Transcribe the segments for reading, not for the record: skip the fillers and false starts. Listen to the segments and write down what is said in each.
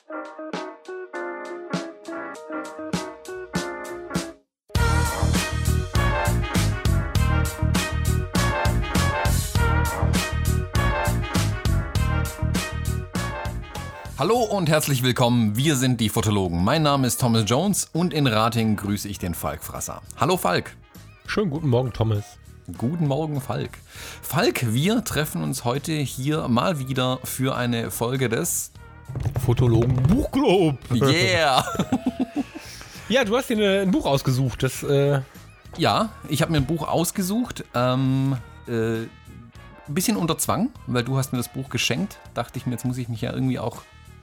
Hallo und herzlich willkommen, wir sind die Fotologen. Mein Name ist Thomas Jones und in Ratingen grüße ich den Falk Frasser. Hallo Falk. Schönen guten Morgen, Thomas. Guten Morgen, Falk. Falk, wir treffen uns heute hier mal wieder für eine Folge des Fotologen Buchclub. Yeah! Ja, du hast dir ein Buch ausgesucht. Ja, ich habe mir ein Buch ausgesucht. Ein bisschen unter Zwang, weil du hast mir das Buch geschenkt. Dachte ich mir, jetzt muss ich mich ja irgendwie auch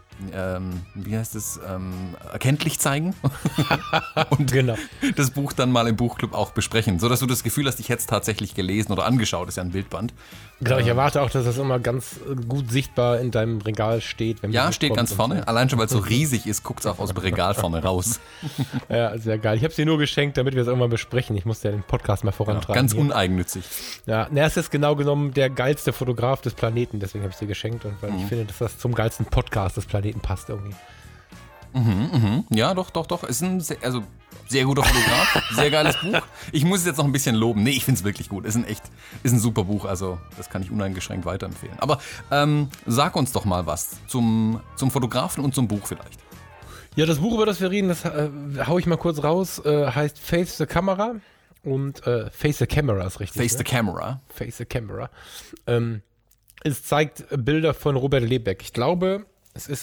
erkenntlich zeigen und genau. das Buch dann mal im Buchclub auch besprechen, sodass du das Gefühl hast, ich hätte es tatsächlich gelesen oder angeschaut, ist ja ein Bildband. Genau, ich erwarte auch, dass das immer ganz gut sichtbar in deinem Regal steht. Wenn ja, steht ganz vorne, allein schon, weil es so riesig ist, guckt es auch aus dem Regal vorne raus. Ja, sehr geil. Ich habe es dir nur geschenkt, damit wir es irgendwann besprechen. Ich musste ja den Podcast mal vorantreiben. Ganz uneigennützig. Ja, es ist genau genommen der geilste Fotograf des Planeten, deswegen habe ich es dir geschenkt und weil ich finde, dass das zum geilsten Podcast des Planeten passt irgendwie. Ja, doch. Ist ein sehr guter Fotograf, sehr geiles Buch. Ich muss es jetzt noch ein bisschen loben. Nee, ich finde es wirklich gut. Ist ein super Buch, also das kann ich uneingeschränkt weiterempfehlen. Aber sag uns doch mal was zum Fotografen und zum Buch vielleicht. Ja, das Buch, über das wir reden, das hau ich mal kurz raus, heißt Face the Camera und Face the Camera ist richtig. Face the Camera. Face the Camera. Es zeigt Bilder von Robert Lebeck. Ich glaube, es ist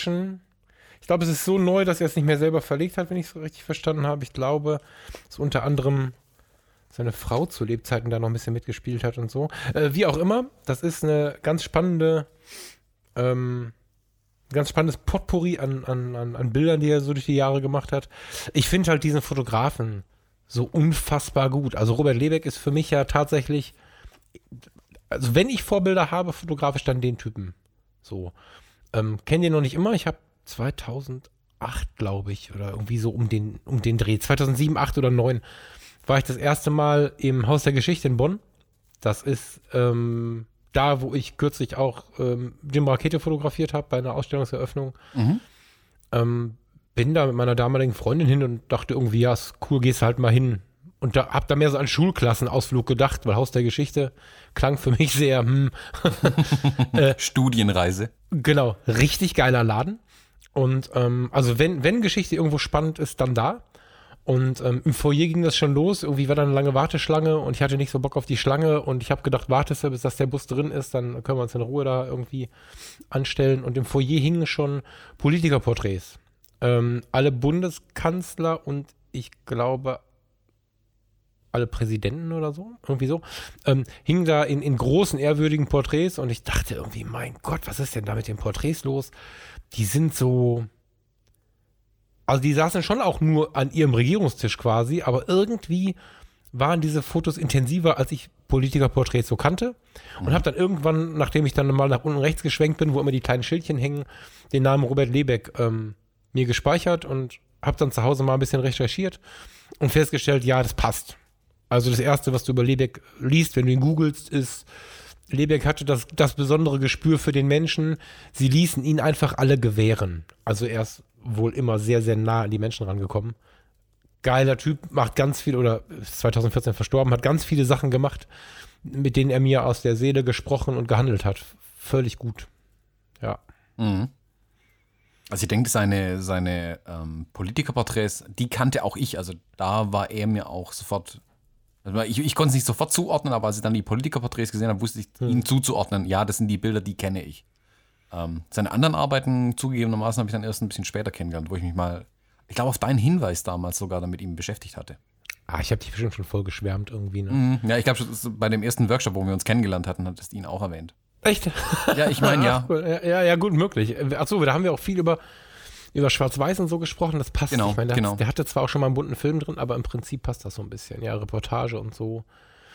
so neu, dass er es nicht mehr selber verlegt hat, wenn ich es so richtig verstanden habe. Ich glaube, dass unter anderem seine Frau zu Lebzeiten da noch ein bisschen mitgespielt hat und so. Wie auch immer, das ist eine ganz spannendes Potpourri an Bildern, die er so durch die Jahre gemacht hat. Ich finde halt diesen Fotografen so unfassbar gut. Also Robert Lebeck ist für mich ja tatsächlich, also wenn ich Vorbilder habe, fotografisch dann den Typen. So. Kennt ihr noch nicht immer? Ich habe 2008, glaube ich, oder irgendwie so um den Dreh, 2007, 8 oder 9, war ich das erste Mal im Haus der Geschichte in Bonn. Das ist da, wo ich kürzlich auch Jim Rakete fotografiert habe bei einer Ausstellungseröffnung. Bin da mit meiner damaligen Freundin hin und dachte irgendwie, ja, ist cool, gehst halt mal hin. Und hab da mehr so an Schulklassenausflug gedacht, weil Haus der Geschichte klang für mich sehr Studienreise. Genau, richtig geiler Laden. Und also wenn Geschichte irgendwo spannend ist, dann da. Und im Foyer ging das schon los. Irgendwie war da eine lange Warteschlange und ich hatte nicht so Bock auf die Schlange. Und ich habe gedacht, wartest du, bis das der Bus drin ist, dann können wir uns in Ruhe da irgendwie anstellen. Und im Foyer hingen schon Politikerporträts. Alle Bundeskanzler und ich glaube alle Präsidenten oder so, irgendwie so, hingen da in großen, ehrwürdigen Porträts und ich dachte irgendwie, mein Gott, was ist denn da mit den Porträts los? Die sind so, also die saßen schon auch nur an ihrem Regierungstisch quasi, aber irgendwie waren diese Fotos intensiver, als ich Politikerporträts so kannte und habe dann irgendwann, nachdem ich dann mal nach unten rechts geschwenkt bin, wo immer die kleinen Schildchen hängen, den Namen Robert Lebeck mir gespeichert und habe dann zu Hause mal ein bisschen recherchiert und festgestellt, ja, das passt. Also das Erste, was du über Lebeck liest, wenn du ihn googelst, ist, Lebeck hatte das besondere Gespür für den Menschen. Sie ließen ihn einfach alle gewähren. Also er ist wohl immer sehr, sehr nah an die Menschen rangekommen. Geiler Typ, macht ganz viel, oder ist 2014 verstorben, hat ganz viele Sachen gemacht, mit denen er mir aus der Seele gesprochen und gehandelt hat. Völlig gut. Ja. Mhm. Also ich denke, seine Politikerporträts, die kannte auch ich. Also da war er mir auch sofort... Ich konnte es nicht sofort zuordnen, aber als ich dann die Politikerporträts gesehen habe, wusste ich, ihn zuzuordnen. Ja, das sind die Bilder, die kenne ich. Seine anderen Arbeiten zugegebenermaßen habe ich dann erst ein bisschen später kennengelernt, wo ich mich mal, ich glaube, auf deinen Hinweis damals sogar damit ihm beschäftigt hatte. Ich habe dich bestimmt schon voll geschwärmt irgendwie, ne? Ja, ich glaube, bei dem ersten Workshop, wo wir uns kennengelernt hatten, hattest du ihn auch erwähnt. Echt? Ja, ich meine, ja. Ja, gut möglich. Achso, da haben wir auch viel über Schwarz-Weiß und so gesprochen, das passt. Genau, ich meine, genau. Der hatte zwar auch schon mal einen bunten Film drin, aber im Prinzip passt das so ein bisschen. Ja, Reportage und so.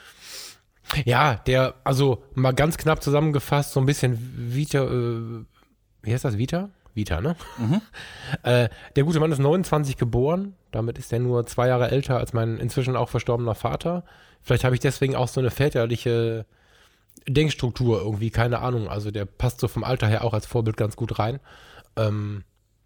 Ja, also mal ganz knapp zusammengefasst, so ein bisschen Vita, wie heißt das, Vita? Vita, ne? Mhm. Der gute Mann ist 29 geboren, damit ist er nur 2 Jahre älter als mein inzwischen auch verstorbener Vater. Vielleicht habe ich deswegen auch so eine väterliche Denkstruktur irgendwie, keine Ahnung. Also der passt so vom Alter her auch als Vorbild ganz gut rein.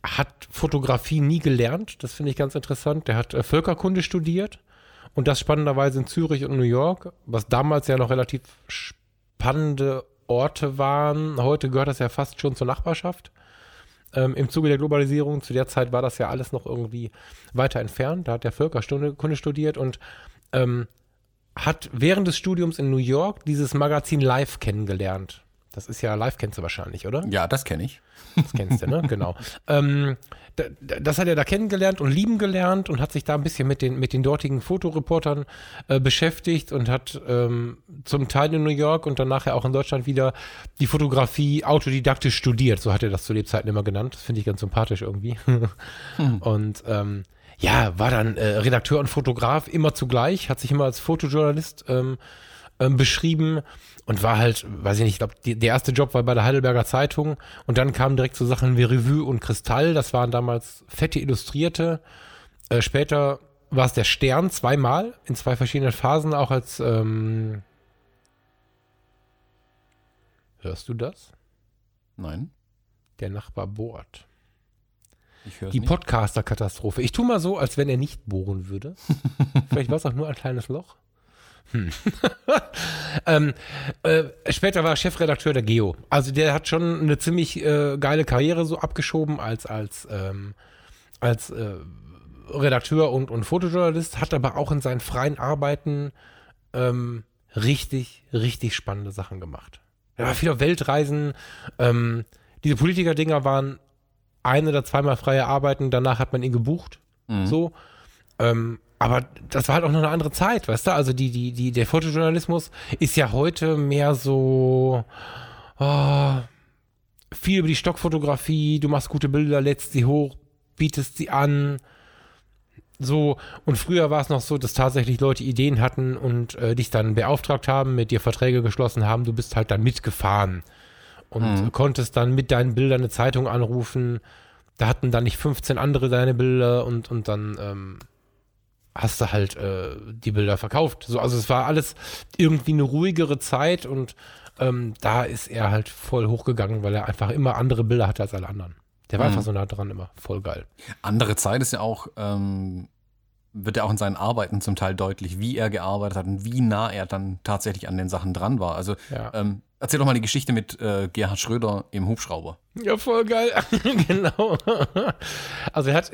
hat Fotografie nie gelernt. Das finde ich ganz interessant. Der hat Völkerkunde studiert und das spannenderweise in Zürich und New York, was damals ja noch relativ spannende Orte waren. Heute gehört das ja fast schon zur Nachbarschaft. Im Zuge der Globalisierung, zu der Zeit war das ja alles noch irgendwie weiter entfernt. Da hat der Völkerkunde studiert und hat während des Studiums in New York dieses Magazin Live kennengelernt. Das ist ja, Live kennst du wahrscheinlich, oder? Ja, das kenne ich. Das kennst du, ne? Genau. Das hat er da kennengelernt und lieben gelernt und hat sich da ein bisschen mit den dortigen Fotoreportern beschäftigt und hat zum Teil in New York und dann nachher auch in Deutschland wieder die Fotografie autodidaktisch studiert. So hat er das zu Lebzeiten immer genannt. Das finde ich ganz sympathisch irgendwie. Und ja, war dann Redakteur und Fotograf immer zugleich, hat sich immer als Fotojournalist beschrieben und war halt, weiß ich nicht, ich glaube, der erste Job war bei der Heidelberger Zeitung und dann kamen direkt so Sachen wie Revue und Kristall, das waren damals fette Illustrierte. Später war es der Stern zweimal, in 2 verschiedenen Phasen, auch als hörst du das? Nein, Der Nachbar bohrt. ich höre es Die nicht. Podcaster-Katastrophe. Ich tue mal so, als wenn er nicht bohren würde. Vielleicht war es auch nur ein kleines Loch. Später war er Chefredakteur der Geo. Also der hat schon eine ziemlich geile Karriere so abgeschoben als Redakteur und Fotojournalist, hat aber auch in seinen freien Arbeiten richtig, richtig spannende Sachen gemacht. Er war viel auf Weltreisen. Diese Politiker-Dinger waren 1 oder 2-mal freie Arbeiten, danach hat man ihn gebucht. So. Aber das war halt auch noch eine andere Zeit, weißt du? Also der Fotojournalismus ist ja heute mehr so viel über die Stockfotografie, du machst gute Bilder, lädst sie hoch, bietest sie an. So, und früher war es noch so, dass tatsächlich Leute Ideen hatten und dich dann beauftragt haben, mit dir Verträge geschlossen haben, du bist halt dann mitgefahren und konntest dann mit deinen Bildern eine Zeitung anrufen. Da hatten dann nicht 15 andere deine Bilder und dann hast du halt die Bilder verkauft. So, also es war alles irgendwie eine ruhigere Zeit und da ist er halt voll hochgegangen, weil er einfach immer andere Bilder hatte als alle anderen. Der war einfach so nah dran immer. Voll geil. Andere Zeit ist ja auch, wird ja auch in seinen Arbeiten zum Teil deutlich, wie er gearbeitet hat und wie nah er dann tatsächlich an den Sachen dran war. Also Ja. erzähl doch mal die Geschichte mit Gerhard Schröder im Hubschrauber. Ja, voll geil. Genau. Also der hat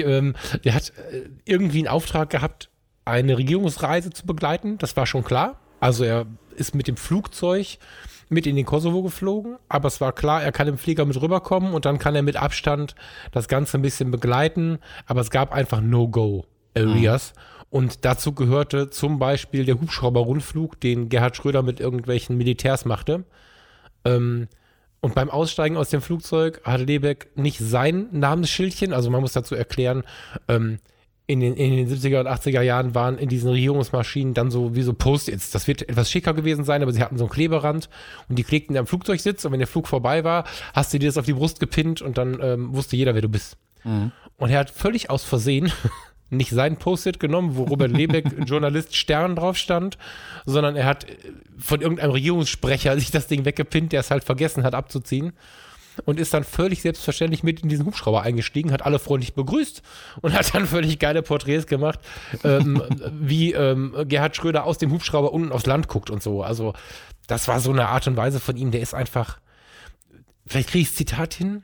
irgendwie einen Auftrag gehabt, eine Regierungsreise zu begleiten. Das war schon klar. Also er ist mit dem Flugzeug mit in den Kosovo geflogen, aber es war klar, er kann im Flieger mit rüberkommen und dann kann er mit Abstand das Ganze ein bisschen begleiten, aber es gab einfach No-Go-Areas und dazu gehörte zum Beispiel der Hubschrauber-Rundflug, den Gerhard Schröder mit irgendwelchen Militärs machte. Und beim Aussteigen aus dem Flugzeug hatte Lebeck nicht sein Namensschildchen, also man muss dazu erklären, in den 70er und 80er Jahren waren in diesen Regierungsmaschinen dann so wie so Post-its. Das wird etwas schicker gewesen sein, aber sie hatten so einen Kleberand und die klebten am Flugzeugsitz und wenn der Flug vorbei war, hast du dir das auf die Brust gepinnt und dann wusste jeder, wer du bist. Und er hat völlig aus Versehen nicht sein Post-it genommen, wo Robert Lebeck, Journalist Stern drauf stand, sondern er hat von irgendeinem Regierungssprecher sich das Ding weggepinnt, der es halt vergessen hat abzuziehen. Und ist dann völlig selbstverständlich mit in diesen Hubschrauber eingestiegen, hat alle freundlich begrüßt und hat dann völlig geile Porträts gemacht, wie Gerhard Schröder aus dem Hubschrauber unten aufs Land guckt und so. Also das war so eine Art und Weise von ihm, der ist einfach, vielleicht kriege ich das Zitat hin.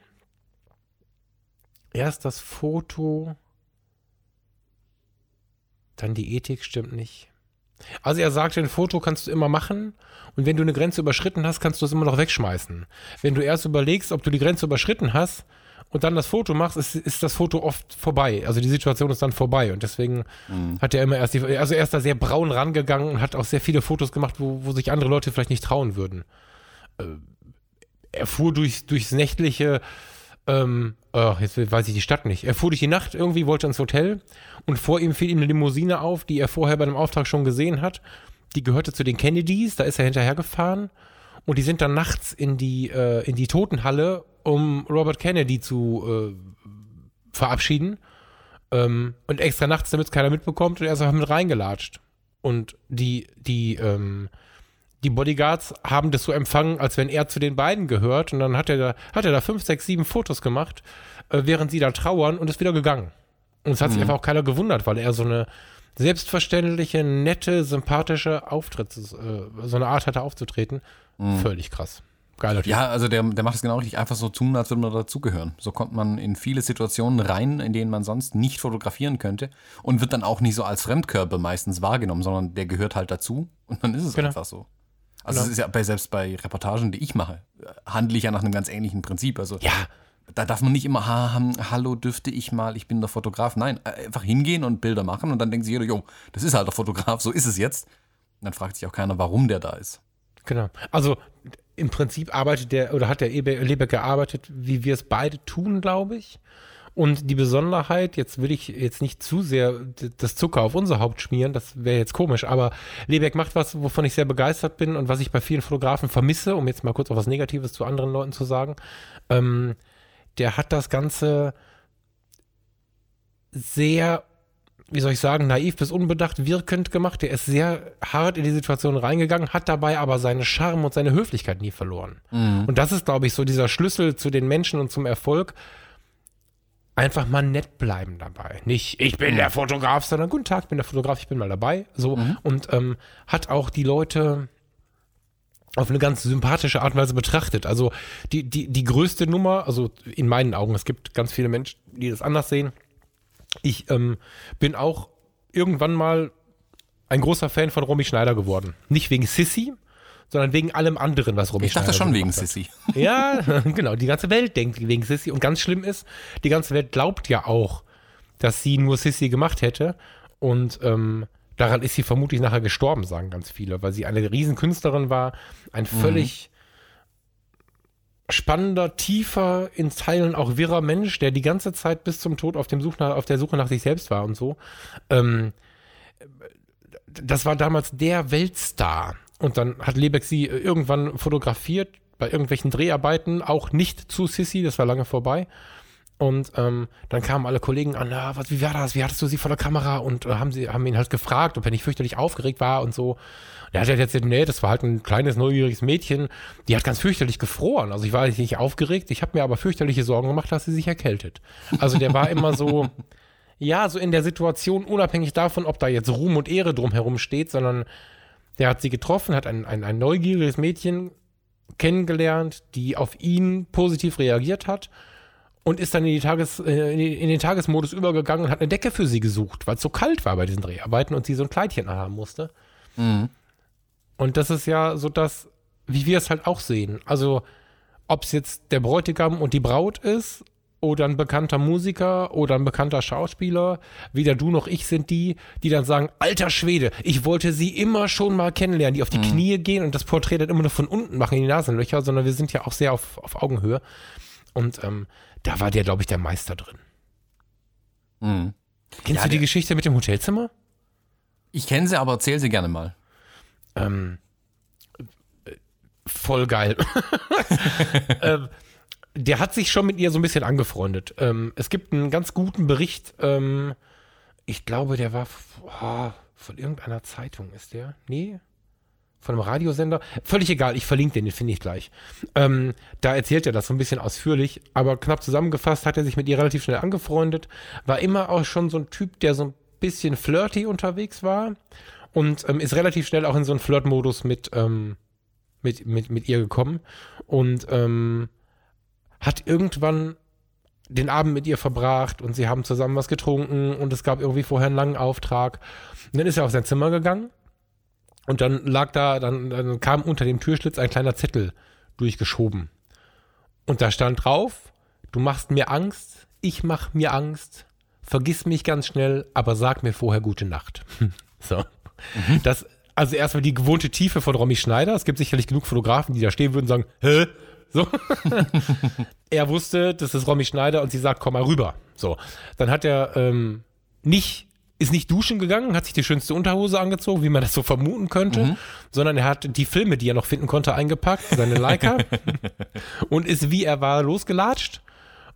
Erst das Foto, dann die Ethik, stimmt nicht. Also er sagte, ein Foto kannst du immer machen und wenn du eine Grenze überschritten hast, kannst du es immer noch wegschmeißen. Wenn du erst überlegst, ob du die Grenze überschritten hast und dann das Foto machst, ist das Foto oft vorbei. Also die Situation ist dann vorbei und deswegen hat er immer er ist da sehr braun rangegangen und hat auch sehr viele Fotos gemacht, wo sich andere Leute vielleicht nicht trauen würden. Er fuhr durchs nächtliche jetzt weiß ich die Stadt nicht. Er fuhr durch die Nacht irgendwie, wollte ins Hotel und vor ihm fiel ihm eine Limousine auf, die er vorher bei einem Auftrag schon gesehen hat. Die gehörte zu den Kennedys, da ist er hinterhergefahren und die sind dann nachts in die Totenhalle, um Robert Kennedy zu verabschieden und extra nachts, damit es keiner mitbekommt und er ist einfach mit reingelatscht. Und die die Bodyguards haben das so empfangen, als wenn er zu den beiden gehört. Und dann hat er da 5, 6, 7 Fotos gemacht, während sie da trauern und ist wieder gegangen. Und es hat sich einfach auch keiner gewundert, weil er so eine selbstverständliche, nette, sympathische so eine Art hatte aufzutreten. Völlig krass. Geiler Typ. Ja, also der macht es genau richtig, einfach so tun, als würde man dazugehören. So kommt man in viele Situationen rein, in denen man sonst nicht fotografieren könnte und wird dann auch nicht so als Fremdkörper meistens wahrgenommen, sondern der gehört halt dazu und dann ist es einfach so. Also es ist ja selbst bei Reportagen, die ich mache, handle ich ja nach einem ganz ähnlichen Prinzip. Also da darf man nicht immer, hallo, dürfte ich mal, ich bin der Fotograf. Nein, einfach hingehen und Bilder machen und dann denkt sich jeder, jo, das ist halt der Fotograf, so ist es jetzt. Und dann fragt sich auch keiner, warum der da ist. Genau. Also im Prinzip hat der Lebeck gearbeitet, wie wir es beide tun, glaube ich. Und die Besonderheit, jetzt will ich jetzt nicht zu sehr das Zucker auf unser Haupt schmieren, das wäre jetzt komisch, aber Lebeck macht was, wovon ich sehr begeistert bin und was ich bei vielen Fotografen vermisse, um jetzt mal kurz auch was Negatives zu anderen Leuten zu sagen. Der hat das Ganze sehr, wie soll ich sagen, naiv bis unbedacht wirkend gemacht. Der ist sehr hart in die Situation reingegangen, hat dabei aber seine Charme und seine Höflichkeit nie verloren. Und das ist, glaube ich, so dieser Schlüssel zu den Menschen und zum Erfolg. Einfach mal nett bleiben dabei. Nicht, ich bin der Fotograf, sondern guten Tag, ich bin der Fotograf, ich bin mal dabei. So. Und hat auch die Leute auf eine ganz sympathische Art und Weise betrachtet. Also die größte Nummer, also in meinen Augen, es gibt ganz viele Menschen, die das anders sehen. Ich bin auch irgendwann mal ein großer Fan von Romy Schneider geworden. Nicht wegen Sissy, sondern wegen allem anderen, was Romy Schneider Ich dachte schon wegen hat. Sissy. Ja, genau. Die ganze Welt denkt wegen Sissy. Und ganz schlimm ist, die ganze Welt glaubt ja auch, dass sie nur Sissy gemacht hätte. Und daran ist sie vermutlich nachher gestorben, sagen ganz viele, weil sie eine Riesenkünstlerin war, ein völlig spannender, tiefer, in Teilen auch wirrer Mensch, der die ganze Zeit bis zum Tod auf der Suche nach sich selbst war und so. Das war damals der Weltstar. Und dann hat Lebeck sie irgendwann fotografiert bei irgendwelchen Dreharbeiten, auch nicht zu Sissy, das war lange vorbei. Und dann kamen alle Kollegen an, wie war das, wie hattest du sie vor der Kamera? Und haben ihn halt gefragt, ob er nicht fürchterlich aufgeregt war und so. Und er hat jetzt gesagt, nee, das war halt ein kleines, neugieriges Mädchen, die hat ganz fürchterlich gefroren. Also ich war nicht aufgeregt, ich habe mir aber fürchterliche Sorgen gemacht, dass sie sich erkältet. Also der war immer so, ja, so in der Situation, unabhängig davon, ob da jetzt Ruhm und Ehre drumherum steht, sondern der hat sie getroffen, hat ein neugieriges Mädchen kennengelernt, die auf ihn positiv reagiert hat und ist dann in den Tagesmodus übergegangen und hat eine Decke für sie gesucht, weil es so kalt war bei diesen Dreharbeiten und sie so ein Kleidchen haben musste. Und das ist ja so das, wie wir es halt auch sehen. Also ob es jetzt der Bräutigam und die Braut ist oder ein bekannter Musiker oder ein bekannter Schauspieler, weder du noch ich sind die dann sagen, alter Schwede, ich wollte sie immer schon mal kennenlernen, die auf die Knie gehen und das Porträt dann immer nur von unten machen in die Nasenlöcher, sondern wir sind ja auch sehr auf Augenhöhe. Und da war der, glaube ich, der Meister drin. Kennst du die Geschichte mit dem Hotelzimmer? Ich kenne sie, aber erzähl sie gerne mal. Voll geil. Der hat sich schon mit ihr so ein bisschen angefreundet. Es gibt einen ganz guten Bericht. Ich glaube, der war von irgendeiner Zeitung, ist der? Nee? Von einem Radiosender? Völlig egal, ich verlinke den finde ich gleich. Da erzählt er das so ein bisschen ausführlich, aber knapp zusammengefasst hat er sich mit ihr relativ schnell angefreundet. War immer auch schon so ein Typ, der so ein bisschen flirty unterwegs war und ist relativ schnell auch in so einen Flirt-Modus mit ihr gekommen und hat irgendwann den Abend mit ihr verbracht und sie haben zusammen was getrunken und es gab irgendwie vorher einen langen Auftrag. Und dann ist er auf sein Zimmer gegangen und dann dann kam unter dem Türschlitz ein kleiner Zettel durchgeschoben. Und da stand drauf, du machst mir Angst, ich mach mir Angst, vergiss mich ganz schnell, aber sag mir vorher gute Nacht. So. Das, also erstmal die gewohnte Tiefe von Romy Schneider. Es gibt sicherlich genug Fotografen, die da stehen würden und sagen, hä? So. Er wusste, das ist Romy Schneider und sie sagt, komm mal rüber. So. Dann hat er ist nicht duschen gegangen, hat sich die schönste Unterhose angezogen, wie man das so vermuten könnte, sondern er hat die Filme, die er noch finden konnte, eingepackt, seine Leica und ist, wie er war, losgelatscht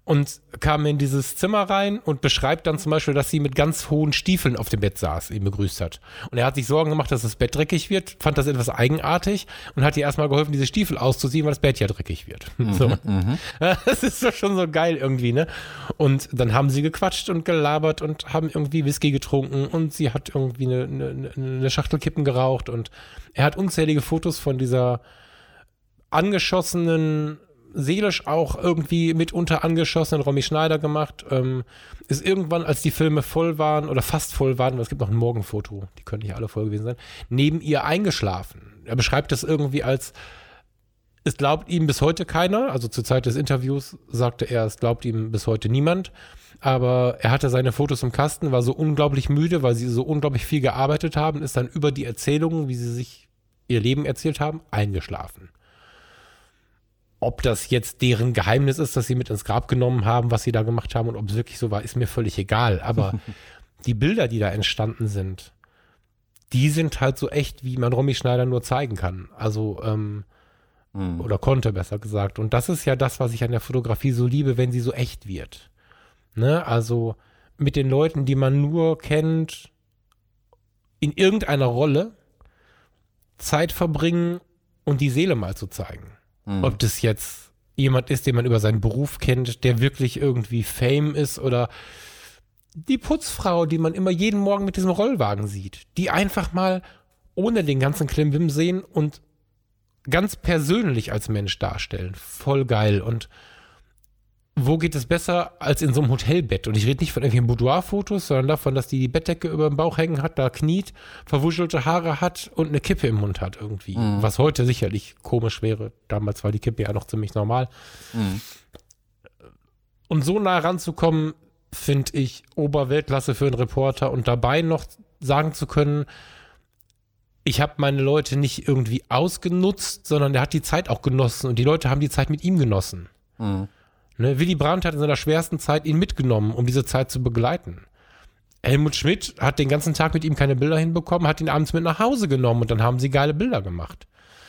und kam in dieses Zimmer rein und beschreibt dann zum Beispiel, dass sie mit ganz hohen Stiefeln auf dem Bett saß, ihn begrüßt hat. Und er hat sich Sorgen gemacht, dass das Bett dreckig wird, fand das etwas eigenartig und hat ihr erstmal geholfen, diese Stiefel auszuziehen, weil das Bett ja dreckig wird. So. Das ist doch schon so geil irgendwie, ne? Und dann haben sie gequatscht und gelabert und haben irgendwie Whisky getrunken und sie hat irgendwie eine Schachtel Kippen geraucht und er hat unzählige Fotos von dieser angeschossenen, seelisch auch irgendwie mitunter angeschossenen Romy Schneider gemacht. Ist irgendwann, als die Filme voll waren oder fast voll waren, weil es gibt noch ein Morgenfoto, die können nicht alle voll gewesen sein, neben ihr eingeschlafen. Er beschreibt das irgendwie als, es glaubt ihm bis heute keiner, also zur Zeit des Interviews sagte er, es glaubt ihm bis heute niemand, aber er hatte seine Fotos im Kasten, war so unglaublich müde, weil sie so unglaublich viel gearbeitet haben, ist dann über die Erzählungen, wie sie sich ihr Leben erzählt haben, eingeschlafen. Ob das jetzt deren Geheimnis ist, dass sie mit ins Grab genommen haben, was sie da gemacht haben und ob es wirklich so war, ist mir völlig egal. Aber die Bilder, die da entstanden sind, die sind halt so echt, wie man Romy Schneider nur zeigen kann. Also, oder konnte, besser gesagt. Und das ist ja das, was ich an der Fotografie so liebe, wenn sie so echt wird. Ne? Also mit den Leuten, die man nur kennt, in irgendeiner Rolle Zeit verbringen und die Seele mal zu zeigen. Ob das jetzt jemand ist, den man über seinen Beruf kennt, der wirklich irgendwie Fame ist oder die Putzfrau, die man immer jeden Morgen mit diesem Rollwagen sieht, die einfach mal ohne den ganzen Klimbim sehen und ganz persönlich als Mensch darstellen. Voll geil. Und wo geht es besser als in so einem Hotelbett? Und ich rede nicht von irgendwelchen Boudoir-Fotos, sondern davon, dass die Bettdecke über dem Bauch hängen hat, da kniet, verwuschelte Haare hat und eine Kippe im Mund hat irgendwie. Was heute sicherlich komisch wäre. Damals war die Kippe ja noch ziemlich normal. Und so nah ranzukommen, finde ich Oberweltklasse für einen Reporter und dabei noch sagen zu können, ich habe meine Leute nicht irgendwie ausgenutzt, sondern der hat die Zeit auch genossen und die Leute haben die Zeit mit ihm genossen. Ne, Willy Brandt hat in seiner schwersten Zeit ihn mitgenommen, um diese Zeit zu begleiten. Helmut Schmidt hat den ganzen Tag mit ihm keine Bilder hinbekommen, hat ihn abends mit nach Hause genommen und dann haben sie geile Bilder gemacht.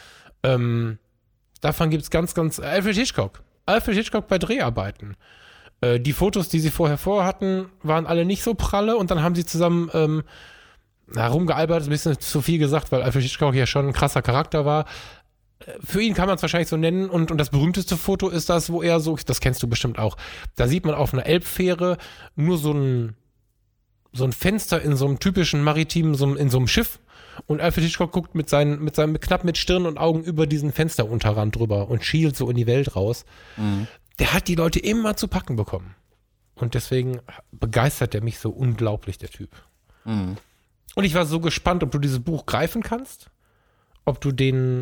Davon gibt es ganz Alfred Hitchcock bei Dreharbeiten. Die Fotos, die sie vorher hatten, waren alle nicht so pralle und dann haben sie zusammen rumgealbert, ist ein bisschen zu viel gesagt, weil Alfred Hitchcock ja schon ein krasser Charakter war. Für ihn kann man es wahrscheinlich so nennen und das berühmteste Foto ist das, wo er so, das kennst du bestimmt auch, da sieht man auf einer Elbfähre nur so ein Fenster in so einem typischen maritimen, in so einem Schiff und Alfred Hitchcock guckt mit seinem knapp mit Stirn und Augen über diesen Fensterunterrand drüber und schielt so in die Welt raus. Der hat die Leute immer zu packen bekommen und deswegen begeistert er mich so unglaublich, der Typ. Und ich war so gespannt, ob du dieses Buch greifen kannst, ob du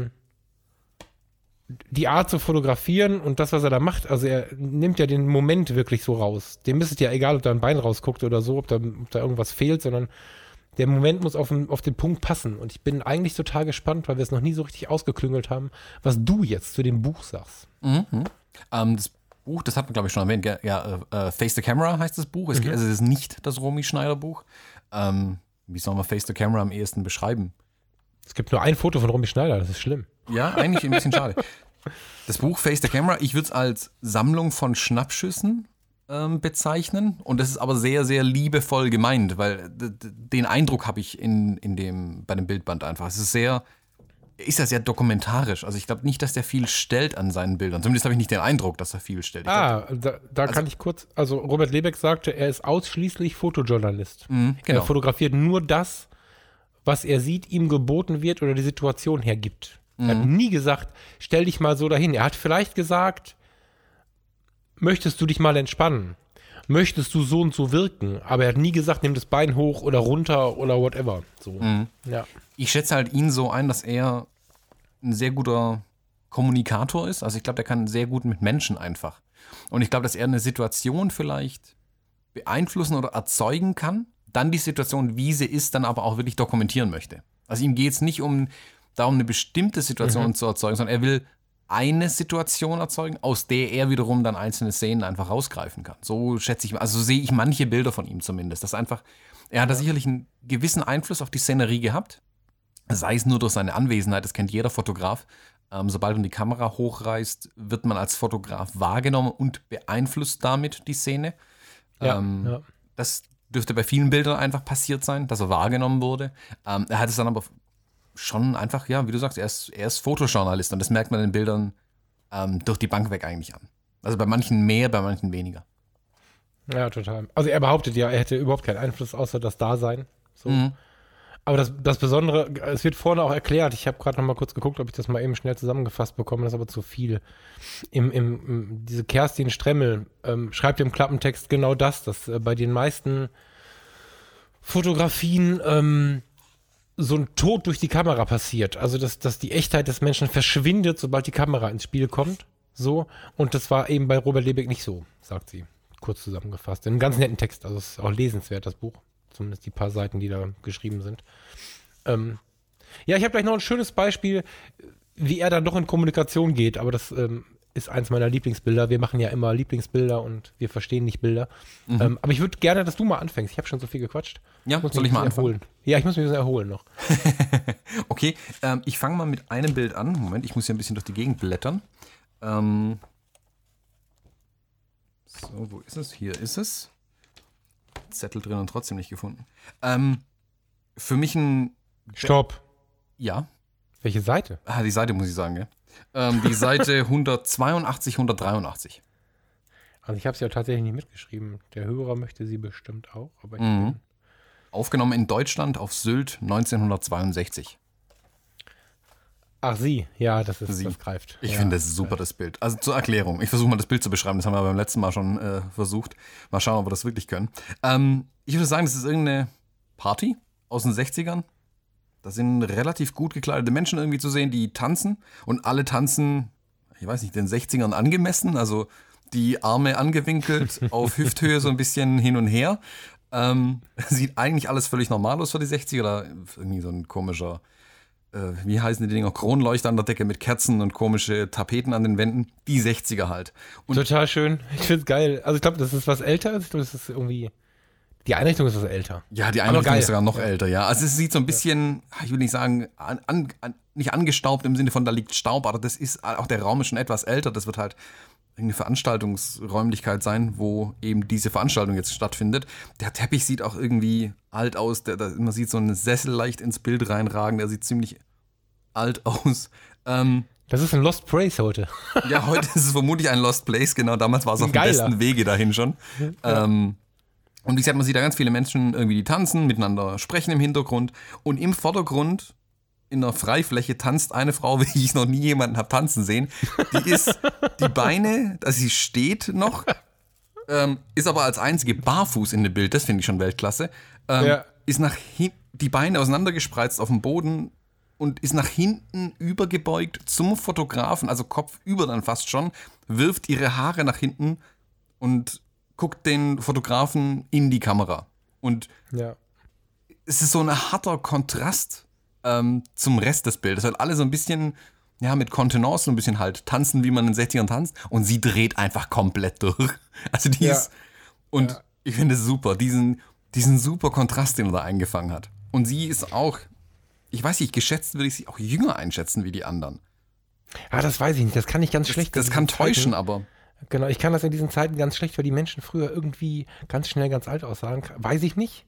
die Art zu fotografieren und das, was er da macht, also er nimmt ja den Moment wirklich so raus. Dem ist es ja egal, ob da ein Bein rausguckt oder so, ob da irgendwas fehlt, sondern der Moment muss auf den Punkt passen. Und ich bin eigentlich total gespannt, weil wir es noch nie so richtig ausgeklüngelt haben, was du jetzt zu dem Buch sagst. Das Buch, das hat man, glaube ich, schon erwähnt, Face the Camera heißt das Buch. Also es ist nicht das Romy Schneider Buch. Wie soll man Face the Camera am ehesten beschreiben? Es gibt nur ein Foto von Romy Schneider, das ist schlimm. Ja, eigentlich ein bisschen schade. Das Buch Face the Camera, ich würde es als Sammlung von Schnappschüssen bezeichnen. Und das ist aber sehr, sehr liebevoll gemeint, weil den Eindruck habe ich bei dem Bildband einfach. Es ist ja sehr dokumentarisch. Also ich glaube nicht, dass der viel stellt an seinen Bildern. Zumindest habe ich nicht den Eindruck, dass er viel stellt. Kann ich kurz, also Robert Lebeck sagte, er ist ausschließlich Fotojournalist. Genau. Er fotografiert nur das, was er sieht, ihm geboten wird oder die Situation hergibt. Er hat nie gesagt, stell dich mal so dahin. Er hat vielleicht gesagt, möchtest du dich mal entspannen? Möchtest du so und so wirken? Aber er hat nie gesagt, nimm das Bein hoch oder runter oder whatever. So. Ja. Ich schätze halt ihn so ein, dass er ein sehr guter Kommunikator ist. Also ich glaube, der kann sehr gut mit Menschen einfach. Und ich glaube, dass er eine Situation vielleicht beeinflussen oder erzeugen kann, dann die Situation, wie sie ist, dann aber auch wirklich dokumentieren möchte. Also ihm geht es nicht darum, eine bestimmte Situation zu erzeugen, sondern er will eine Situation erzeugen, aus der er wiederum dann einzelne Szenen einfach rausgreifen kann. So schätze ich, also so sehe ich manche Bilder von ihm zumindest. Das einfach, er hat da sicherlich einen gewissen Einfluss auf die Szenerie gehabt, sei es nur durch seine Anwesenheit, das kennt jeder Fotograf, Sobald man die Kamera hochreißt, wird man als Fotograf wahrgenommen und beeinflusst damit die Szene. Ja. Das dürfte bei vielen Bildern einfach passiert sein, dass er wahrgenommen wurde. Er hat es dann aber schon einfach, ja, wie du sagst, er ist Fotojournalist und das merkt man in den Bildern durch die Bank weg eigentlich an. Also bei manchen mehr, bei manchen weniger. Ja, total. Also er behauptet ja, er hätte überhaupt keinen Einfluss außer das Dasein. So. Aber das Besondere, es wird vorne auch erklärt, ich habe gerade noch mal kurz geguckt, ob ich das mal eben schnell zusammengefasst bekomme, das ist aber zu viel. Diese Kerstin Stremmel schreibt im Klappentext genau das, dass bei den meisten Fotografien so ein Tod durch die Kamera passiert. Also dass die Echtheit des Menschen verschwindet, sobald die Kamera ins Spiel kommt. So. Und das war eben bei Robert Lebeck nicht so, sagt sie. Kurz zusammengefasst. In einem ganz netten Text. Also es ist auch lesenswert, das Buch. Zumindest die paar Seiten, die da geschrieben sind. Ja, ich habe gleich noch ein schönes Beispiel, wie er dann doch in Kommunikation geht. Aber das ist eins meiner Lieblingsbilder. Wir machen ja immer Lieblingsbilder und wir verstehen nicht Bilder. Aber ich würde gerne, dass du mal anfängst. Ich habe schon so viel gequatscht. Ja, soll ich mal anfangen? Ja, ich muss mich ein bisschen erholen noch. Okay, ich fange mal mit einem Bild an. Moment, ich muss hier ein bisschen durch die Gegend blättern. So, wo ist es? Hier ist es. Zettel drin und trotzdem nicht gefunden. Für mich ein... Stopp. Ja. Welche Seite? Die Seite muss ich sagen, ja. Die Seite 182, 183. Also ich habe sie ja tatsächlich nicht mitgeschrieben. Der Hörer möchte sie bestimmt auch. Aber Aufgenommen in Deutschland auf Sylt 1962. Ach, sie. Ja, das greift. Ich finde das super, das Bild. Also zur Erklärung. Ich versuche mal das Bild zu beschreiben. Das haben wir beim letzten Mal schon versucht. Mal schauen, ob wir das wirklich können. Ich würde sagen, das ist irgendeine Party aus den 60ern. Da sind relativ gut gekleidete Menschen irgendwie zu sehen, die tanzen. Und alle tanzen, ich weiß nicht, den 60ern angemessen. Also die Arme angewinkelt, auf Hüfthöhe so ein bisschen hin und her. Sieht eigentlich alles völlig normal aus für die 60er. Oder irgendwie so ein komischer... wie heißen die Dinger? Kronleuchter an der Decke mit Kerzen und komische Tapeten an den Wänden. Die 60er halt. Und total schön. Ich finde es geil. Also ich glaube, das ist was älter. Ich glaube, das ist irgendwie... Die Einrichtung ist was älter. Ja, die Einrichtung ist sogar noch älter, ja. Also es sieht so ein bisschen, ich will nicht sagen, nicht angestaubt im Sinne von, da liegt Staub, aber das ist, auch der Raum ist schon etwas älter. Das wird halt eine Veranstaltungsräumlichkeit sein, wo eben diese Veranstaltung jetzt stattfindet. Der Teppich sieht auch irgendwie alt aus. Man sieht so einen Sessel leicht ins Bild reinragen. Der sieht ziemlich alt aus. Das ist ein Lost Place heute. Ja, heute ist es vermutlich ein Lost Place. Genau, damals war es auf dem besten Wege dahin schon. Ja. Und wie gesagt, man sieht da ganz viele Menschen irgendwie, die tanzen, miteinander sprechen im Hintergrund. Und im Vordergrund, in der Freifläche, tanzt eine Frau, wie ich noch nie jemanden habe tanzen sehen. Die Beine, also sie steht noch, ist aber als einzige barfuß in dem Bild, das finde ich schon Weltklasse, ist die Beine auseinandergespreizt auf dem Boden und ist nach hinten übergebeugt zum Fotografen, also kopfüber dann fast schon, wirft ihre Haare nach hinten und guckt den Fotografen in die Kamera. Und es ist so ein harter Kontrast zum Rest des Bildes, weil alle so ein bisschen, ja, mit Kontenance so ein bisschen halt tanzen, wie man in den 60ern tanzt, und sie dreht einfach komplett durch. Also die ist, und ich finde es super, diesen super Kontrast, den er da eingefangen hat. Und sie ist auch, ich weiß nicht, geschätzt würde ich sie auch jünger einschätzen wie die anderen. Ah, das weiß ich nicht, das kann ich ganz schlecht. Das kann täuschen, aber... Genau, ich kann das in diesen Zeiten ganz schlecht, weil die Menschen früher irgendwie ganz schnell ganz alt aussahen. Weiß ich nicht.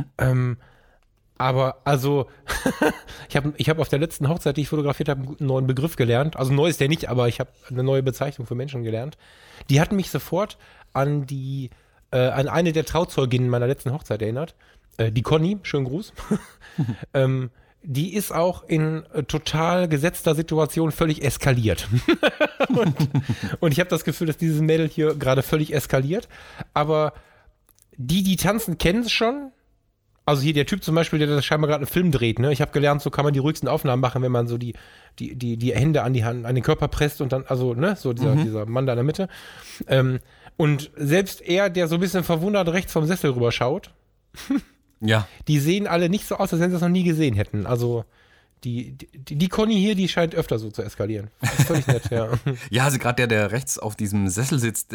Aber also, ich hab auf der letzten Hochzeit, die ich fotografiert habe, einen guten neuen Begriff gelernt. Also neu ist der nicht, aber ich habe eine neue Bezeichnung für Menschen gelernt. Die hatten mich sofort an eine der Trauzeuginnen meiner letzten Hochzeit erinnert. Die Conny, schönen Gruß. Die ist auch in total gesetzter Situation völlig eskaliert. und ich habe das Gefühl, dass dieses Mädel hier gerade völlig eskaliert. Aber die tanzen, kennen es schon. Also hier der Typ zum Beispiel, der das scheinbar gerade einen Film dreht. Ne? Ich habe gelernt, so kann man die ruhigsten Aufnahmen machen, wenn man so die Hände an den Körper presst und dann, also ne, so dieser Mann da in der Mitte. Und selbst er, der so ein bisschen verwundert rechts vom Sessel rüber schaut, ja. Die sehen alle nicht so aus, als wenn sie das noch nie gesehen hätten. Also die Conny hier, die scheint öfter so zu eskalieren. Das ist völlig nett, ja. Ja, also gerade der rechts auf diesem Sessel sitzt,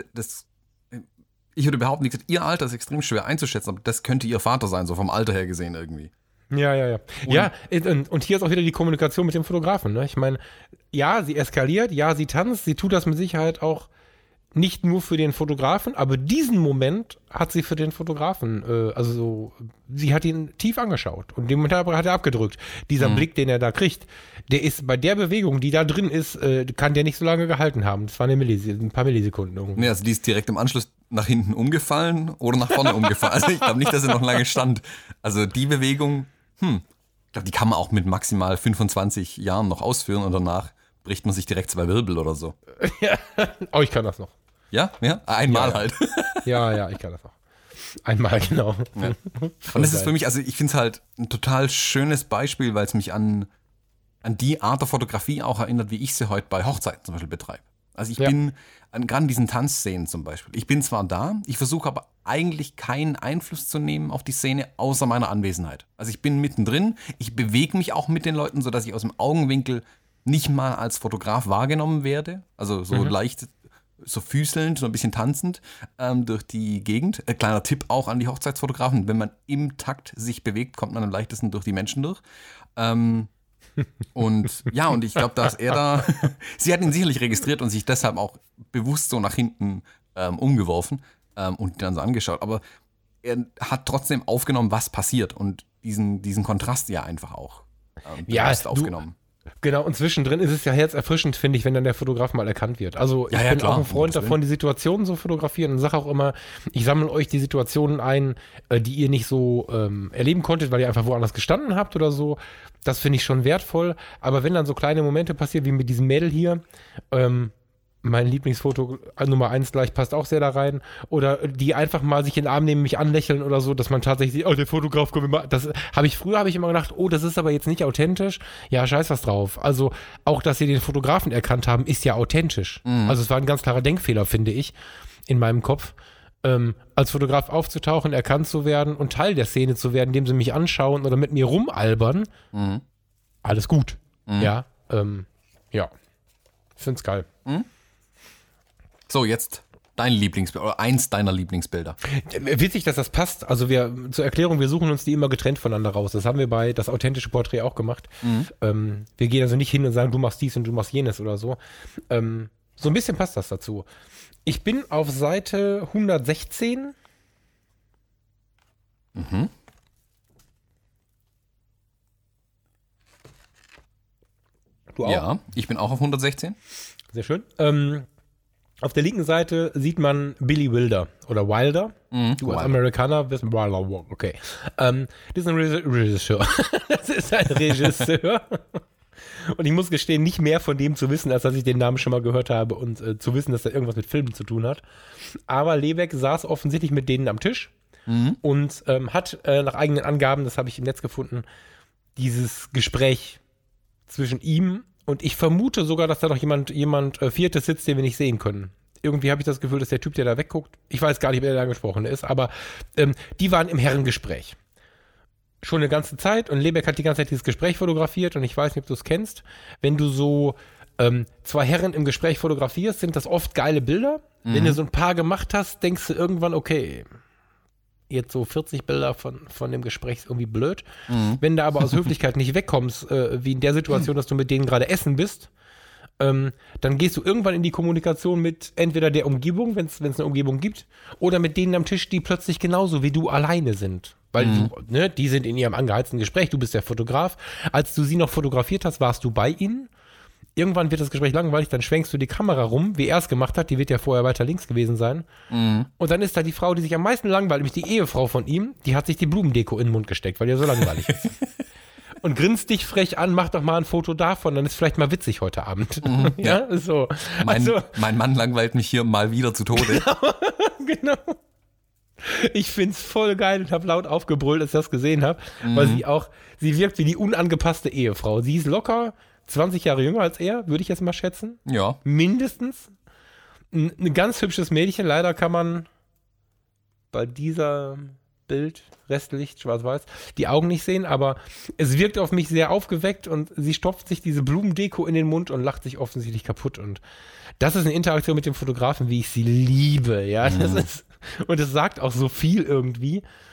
ich würde behaupten, ihr Alter ist extrem schwer einzuschätzen, aber das könnte ihr Vater sein, so vom Alter her gesehen irgendwie. Ja, ja, ja. Ja, und hier ist auch wieder die Kommunikation mit dem Fotografen. Ne? Ich meine, ja, sie eskaliert, ja, sie tanzt, sie tut das mit Sicherheit auch nicht nur für den Fotografen, aber diesen Moment hat sie für den Fotografen, sie hat ihn tief angeschaut und den Moment hat er abgedrückt. Dieser Blick, den er da kriegt, der ist bei der Bewegung, die da drin ist, kann der nicht so lange gehalten haben. Das war ein paar Millisekunden irgendwie. Nee, also die ist direkt im Anschluss nach hinten umgefallen oder nach vorne umgefallen. Also ich glaube nicht, dass er noch lange stand. Also die Bewegung, ich glaube, die kann man auch mit maximal 25 Jahren noch ausführen und danach bricht man sich direkt 2 Wirbel oder so. Ja. Oh, ich kann das noch. Ja? Einmal Ja. halt. Ja, ich kann das noch. Einmal, genau. Ja. Und das ist für mich, also ich finde es halt ein total schönes Beispiel, weil es mich an die Art der Fotografie auch erinnert, wie ich sie heute bei Hochzeiten zum Beispiel betreibe. Also ich bin, gerade in diesen Tanzszenen zum Beispiel, ich bin zwar da, ich versuche aber eigentlich keinen Einfluss zu nehmen auf die Szene, außer meiner Anwesenheit. Also ich bin mittendrin, ich bewege mich auch mit den Leuten, sodass ich aus dem Augenwinkel nicht mal als Fotograf wahrgenommen werde. Also so leicht, so füßelnd, so ein bisschen tanzend durch die Gegend. Kleiner Tipp auch an die Hochzeitsfotografen, wenn man im Takt sich bewegt, kommt man am leichtesten durch die Menschen durch. Und ich glaube, dass er da, sie hat ihn sicherlich registriert und sich deshalb auch bewusst so nach hinten umgeworfen und dann so angeschaut. Aber er hat trotzdem aufgenommen, was passiert und diesen Kontrast ja einfach auch aufgenommen. Genau, und zwischendrin ist es ja herzerfrischend, finde ich, wenn dann der Fotograf mal erkannt wird. Also ich bin auch ein Freund davon, die Situationen so fotografieren und sage auch immer, ich sammle euch die Situationen ein, die ihr nicht so erleben konntet, weil ihr einfach woanders gestanden habt oder so. Das finde ich schon wertvoll. Aber wenn dann so kleine Momente passieren, wie mit diesem Mädel hier, mein Lieblingsfoto Nummer 1 gleich passt auch sehr da rein. Oder die einfach mal sich in den Arm nehmen, mich anlächeln oder so, dass man tatsächlich sieht, oh, der Fotograf kommt immer. Früher habe ich immer gedacht, oh, das ist aber jetzt nicht authentisch. Ja, scheiß was drauf. Also auch, dass sie den Fotografen erkannt haben, ist ja authentisch. Also es war ein ganz klarer Denkfehler, finde ich, in meinem Kopf. Als Fotograf aufzutauchen, erkannt zu werden und Teil der Szene zu werden, indem sie mich anschauen oder mit mir rumalbern. Alles gut. Ja. Ich finde es geil. So, jetzt dein Lieblingsbild oder eins deiner Lieblingsbilder. Witzig, dass das passt. Also zur Erklärung, wir suchen uns die immer getrennt voneinander raus. Das haben wir bei das authentische Porträt auch gemacht. Wir gehen also nicht hin und sagen, du machst dies und du machst jenes oder so. So ein bisschen passt das dazu. Ich bin auf Seite 116. Du auch? Ja, ich bin auch auf 116. Sehr schön. Auf der linken Seite sieht man Billy Wilder oder Wilder. Du als Amerikaner wirst Wilder, okay. Das ist ein Regisseur. Das ist ein Regisseur. Und ich muss gestehen, nicht mehr von dem zu wissen, als dass ich den Namen schon mal gehört habe und zu wissen, dass er irgendwas mit Filmen zu tun hat. Aber Lebeck saß offensichtlich mit denen am Tisch und hat nach eigenen Angaben, das habe ich im Netz gefunden, dieses Gespräch zwischen ihm und ich vermute sogar, dass da noch jemand Viertes sitzt, den wir nicht sehen können. Irgendwie habe ich das Gefühl, dass der Typ, der da wegguckt, ich weiß gar nicht, wer da angesprochen ist, aber die waren im Herrengespräch. Schon eine ganze Zeit und Lebeck hat die ganze Zeit dieses Gespräch fotografiert und ich weiß nicht, ob du es kennst. Wenn du so 2 Herren im Gespräch fotografierst, sind das oft geile Bilder. Wenn du so ein paar gemacht hast, denkst du irgendwann, okay, jetzt so 40 Bilder von dem Gespräch ist irgendwie blöd. Wenn du aber aus Höflichkeit nicht wegkommst, wie in der Situation, dass du mit denen gerade essen bist, dann gehst du irgendwann in die Kommunikation mit entweder der Umgebung, wenn es eine Umgebung gibt, oder mit denen am Tisch, die plötzlich genauso wie du alleine sind. Weil die sind in ihrem angeheizten Gespräch, du bist der Fotograf. Als du sie noch fotografiert hast, warst du bei ihnen. Irgendwann wird das Gespräch langweilig, dann schwenkst du die Kamera rum, wie er es gemacht hat, die wird ja vorher weiter links gewesen sein. Und dann ist da die Frau, die sich am meisten langweilt, nämlich die Ehefrau von ihm, die hat sich die Blumendeko in den Mund gesteckt, weil die so langweilig ist. Und grinst dich frech an, mach doch mal ein Foto davon, dann ist vielleicht mal witzig heute Abend. Ja, so. Mein Mann langweilt mich hier mal wieder zu Tode. Genau. Ich find's voll geil und habe laut aufgebrüllt, als ich das gesehen habe, weil sie wirkt wie die unangepasste Ehefrau. Sie ist locker 20 Jahre jünger als er, würde ich jetzt mal schätzen. Ja. Mindestens. Ein ganz hübsches Mädchen. Leider kann man bei dieser Bild, Restlicht, schwarz-weiß, die Augen nicht sehen, aber es wirkt auf mich sehr aufgeweckt und sie stopft sich diese Blumendeko in den Mund und lacht sich offensichtlich kaputt. Und das ist eine Interaktion mit dem Fotografen, wie ich sie liebe. Ja, das ist, und es sagt auch so viel irgendwie.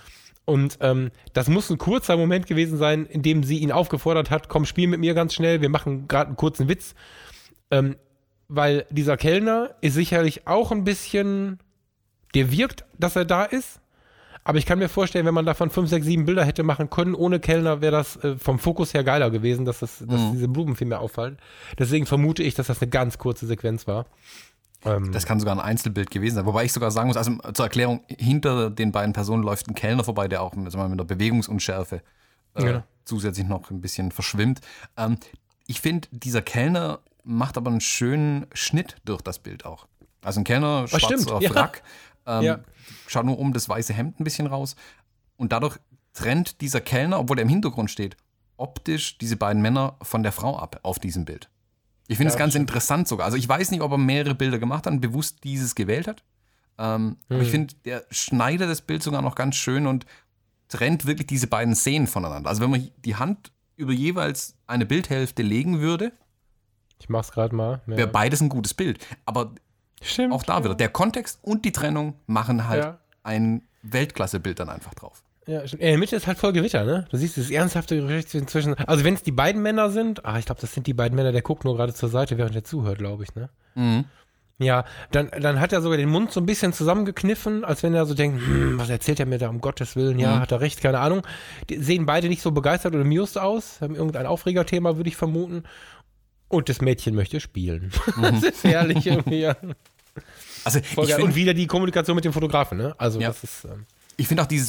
Und das muss ein kurzer Moment gewesen sein, in dem sie ihn aufgefordert hat, komm, spiel mit mir ganz schnell, wir machen gerade einen kurzen Witz. Weil dieser Kellner ist sicherlich auch ein bisschen, der wirkt, dass er da ist. Aber ich kann mir vorstellen, wenn man davon 5, 6, 7 Bilder hätte machen können, ohne Kellner wäre das vom Fokus her geiler gewesen, dass diese Blumen viel mehr auffallen. Deswegen vermute ich, dass das eine ganz kurze Sequenz war. Das kann sogar ein Einzelbild gewesen sein. Wobei ich sogar sagen muss, also zur Erklärung, hinter den beiden Personen läuft ein Kellner vorbei, der auch mit der Bewegungsunschärfe zusätzlich noch ein bisschen verschwimmt. Ich finde, dieser Kellner macht aber einen schönen Schnitt durch das Bild auch. Also ein Kellner, schwarzer Frack, schaut nur um das weiße Hemd ein bisschen raus. Und dadurch trennt dieser Kellner, obwohl er im Hintergrund steht, optisch diese beiden Männer von der Frau ab auf diesem Bild. Ich finde es ganz interessant sogar. Also ich weiß nicht, ob er mehrere Bilder gemacht hat und bewusst dieses gewählt hat. Aber ich finde, der schneidet das Bild sogar noch ganz schön und trennt wirklich diese beiden Szenen voneinander. Also wenn man die Hand über jeweils eine Bildhälfte legen würde, ich mach's gerade mal. Ja. Wäre beides ein gutes Bild. Aber auch da wieder, der Kontext und die Trennung machen halt ein Weltklasse-Bild dann einfach drauf. Ja, in der Mitte ist halt voll Gewitter, ne? Du siehst das ernsthafte Gericht zwischen. Also wenn es die beiden Männer sind, ich glaube, das sind die beiden Männer, der guckt nur gerade zur Seite, während er zuhört, glaube ich, ne? Mhm. Ja, dann hat er sogar den Mund so ein bisschen zusammengekniffen, als wenn er so denkt, was erzählt er mir da, um Gottes Willen? Ja, hat er recht, keine Ahnung. Die sehen beide nicht so begeistert oder amused aus, haben irgendein Aufregerthema, würde ich vermuten. Und das Mädchen möchte spielen. Das ist herrlich irgendwie. Ja. Also und wieder die Kommunikation mit dem Fotografen, ne? Also das ist. Ich finde auch dieses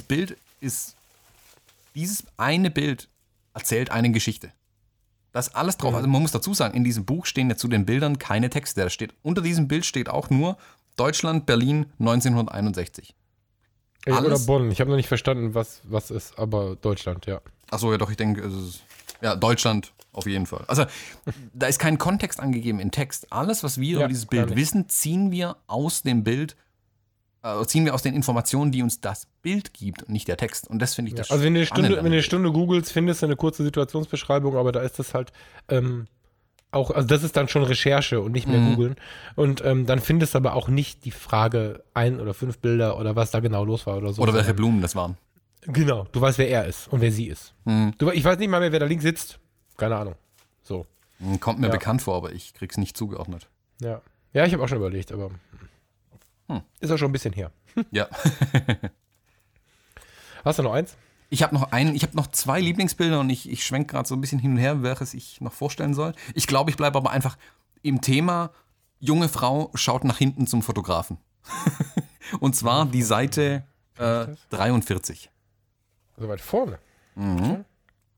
eine Bild erzählt eine Geschichte. Da ist alles drauf. Also man muss dazu sagen, in diesem Buch stehen ja zu den Bildern keine Texte. Da steht, unter diesem Bild steht auch nur Deutschland, Berlin 1961. Oder Bonn. Ich habe noch nicht verstanden, was ist, aber Deutschland, ja. Achso, ja doch, ich denke, es ist Deutschland auf jeden Fall. Also da ist kein Kontext angegeben in Text. Alles, was wir über dieses Bild wissen, ziehen wir aus dem Bild, ziehen wir aus den Informationen, die uns das Bild gibt und nicht der Text. Und das finde ich das Also wenn du eine Stunde googelst, findest du eine kurze Situationsbeschreibung, aber da ist das halt auch, also das ist dann schon Recherche und nicht mehr googeln. Und dann findest du aber auch nicht die Frage 1 oder 5 Bilder oder was da genau los war oder so. Oder welche Blumen das waren. Genau, du weißt, wer er ist und wer sie ist. Ich weiß nicht mal mehr, wer da links sitzt. Keine Ahnung. So. Kommt mir bekannt vor, aber ich krieg's nicht zugeordnet. Ja, ich habe auch schon überlegt, aber ist auch schon ein bisschen her. Ja. Hast du noch eins? Ich habe noch 2 Lieblingsbilder und ich schwenke gerade so ein bisschen hin und her, welches ich noch vorstellen soll. Ich glaube, ich bleibe aber einfach im Thema, junge Frau schaut nach hinten zum Fotografen. Und zwar die Seite 43. So weit vorne. Mhm.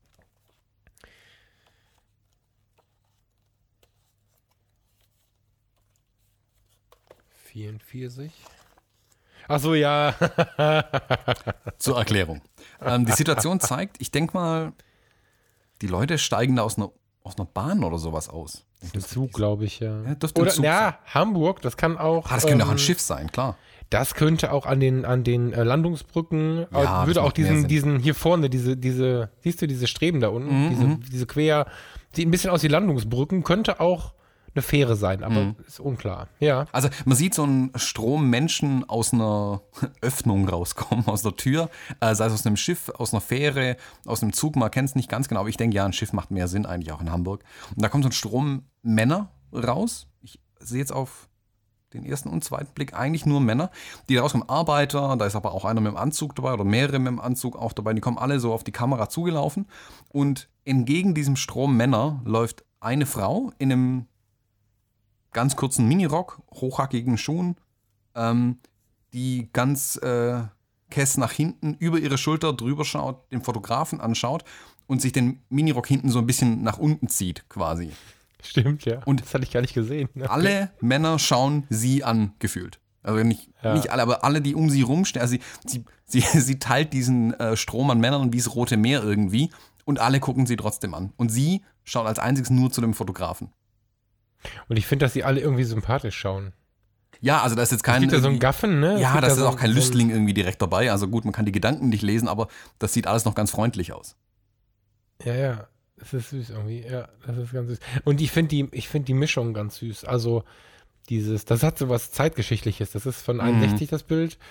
Ach so, ja. Zur Erklärung. Die Situation zeigt, ich denke mal, die Leute steigen da aus einer Bahn oder sowas aus. Ein Zug, glaube ich, ja. Oder Hamburg, das kann auch. Das könnte auch ein Schiff sein, klar. Das könnte auch an den Landungsbrücken, würde auch diesen hier vorne, diese, siehst du, diese Streben da unten, diese sieht ein bisschen aus wie Landungsbrücken, könnte auch eine Fähre sein, aber ist unklar. Ja. Also man sieht so einen Strom Menschen aus einer Öffnung rauskommen, aus der Tür, sei es aus einem Schiff, aus einer Fähre, aus einem Zug, man kennt es nicht ganz genau, aber ich denke, ein Schiff macht mehr Sinn eigentlich auch in Hamburg. Und da kommt so ein Strom Männer raus. Ich sehe jetzt auf den ersten und zweiten Blick eigentlich nur Männer, die da rauskommen, Arbeiter, da ist aber auch einer mit dem Anzug dabei oder mehrere mit dem Anzug auch dabei, die kommen alle so auf die Kamera zugelaufen und entgegen diesem Strom Männer läuft eine Frau in einem ganz kurzen Minirock, hochhackigen Schuhen, die ganz kess nach hinten über ihre Schulter drüber schaut, den Fotografen anschaut und sich den Minirock hinten so ein bisschen nach unten zieht quasi. Stimmt, ja. Und das hatte ich gar nicht gesehen. Ne? Alle Männer schauen sie an, gefühlt. Also nicht alle, aber alle, die um sie rumstehen. Also sie teilt diesen Strom an Männern wie das Rote Meer irgendwie und alle gucken sie trotzdem an. Und sie schaut als einziges nur zu dem Fotografen. Und ich finde, dass sie alle irgendwie sympathisch schauen. Ja, also da ist jetzt kein... Es gibt ja so einen Gaffen, ne? Ja, da ist auch kein Lüstling irgendwie direkt dabei. Also gut, man kann die Gedanken nicht lesen, aber das sieht alles noch ganz freundlich aus. Ja. Das ist süß irgendwie. Ja, das ist ganz süß. Und ich finde die Mischung ganz süß. Also das hat so was Zeitgeschichtliches. Das ist von 61 das Bild.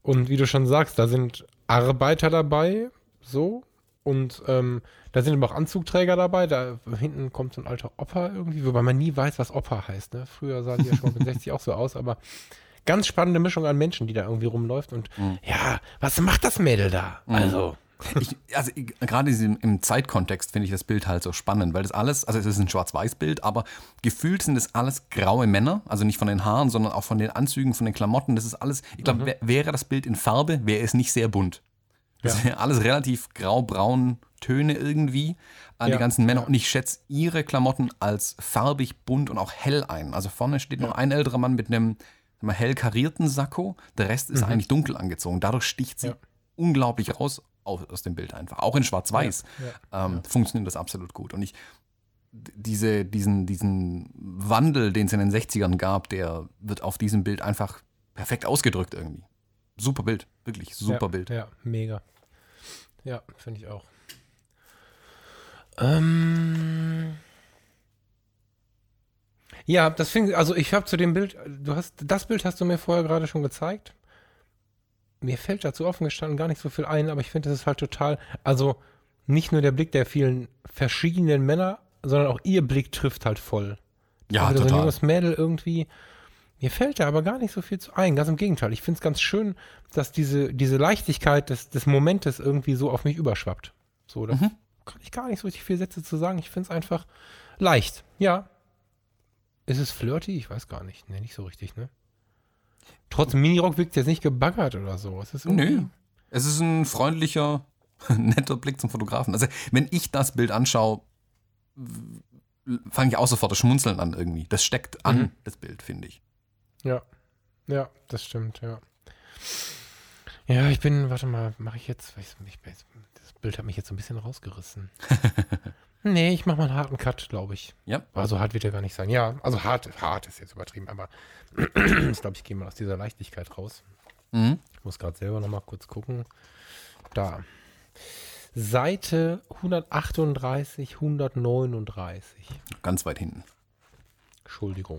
Und wie du schon sagst, da sind Arbeiter dabei, so. Und da sind aber auch Anzugträger dabei. Da hinten kommt so ein alter Opa irgendwie, wobei man nie weiß, was Opa heißt. Ne? Früher sah die ja schon mit 60 auch so aus, aber ganz spannende Mischung an Menschen, die da irgendwie rumläuft. Und ja, was macht das Mädel da? Also. Gerade im Zeitkontext finde ich das Bild halt so spannend, weil das alles, also es ist ein Schwarz-Weiß-Bild, aber gefühlt sind es alles graue Männer, also nicht von den Haaren, sondern auch von den Anzügen, von den Klamotten. Das ist alles, ich glaube, wäre das Bild in Farbe, wäre es nicht sehr bunt. Das wäre alles relativ grau-braun Töne irgendwie an die ganzen Männer. Und ich schätze ihre Klamotten als farbig, bunt und auch hell ein. Also vorne steht noch ein älterer Mann mit einem hell karierten Sakko, der Rest ist eigentlich dunkel angezogen. Dadurch sticht sie unglaublich raus aus dem Bild einfach. Auch in Schwarz-Weiß funktioniert das absolut gut. Und diesen Wandel, den es in den 60ern gab, der wird auf diesem Bild einfach perfekt ausgedrückt irgendwie. Super Bild, wirklich super Bild. Ja, mega. Ja, finde ich auch. Ja, das finde also ich habe zu dem Bild, das Bild hast du mir vorher gerade schon gezeigt. Mir fällt dazu offen gestanden gar nicht so viel ein, aber ich finde, das ist halt total, also nicht nur der Blick der vielen verschiedenen Männer, sondern auch ihr Blick trifft halt voll. Ja, also total. So ein junges Mädel irgendwie, mir fällt da aber gar nicht so viel zu ein, ganz im Gegenteil. Ich finde es ganz schön, dass diese Leichtigkeit des Momentes irgendwie so auf mich überschwappt. So, da kann ich gar nicht so richtig viele Sätze zu sagen. Ich finde es einfach leicht. Ja. Ist es flirty? Ich weiß gar nicht. Ne, nicht so richtig, ne? Trotzdem, Minirock wirkt jetzt nicht gebaggert oder so. Nö. Es ist ein freundlicher, netter Blick zum Fotografen. Also, wenn ich das Bild anschaue, fange ich auch sofort das Schmunzeln an irgendwie. Das steckt an, das Bild, finde ich. Ja. Ja, das stimmt, ja. Ja, warte mal, mache ich jetzt, das Bild hat mich jetzt so ein bisschen rausgerissen. Nee, ich mache mal einen harten Cut, glaube ich. Ja. Also hart wird er gar nicht sein. Ja, also hart ist jetzt übertrieben, aber ich glaube, ich gehe mal aus dieser Leichtigkeit raus. Ich muss gerade selber noch mal kurz gucken. Da. Seite 138, 139. Ganz weit hinten. Entschuldigung.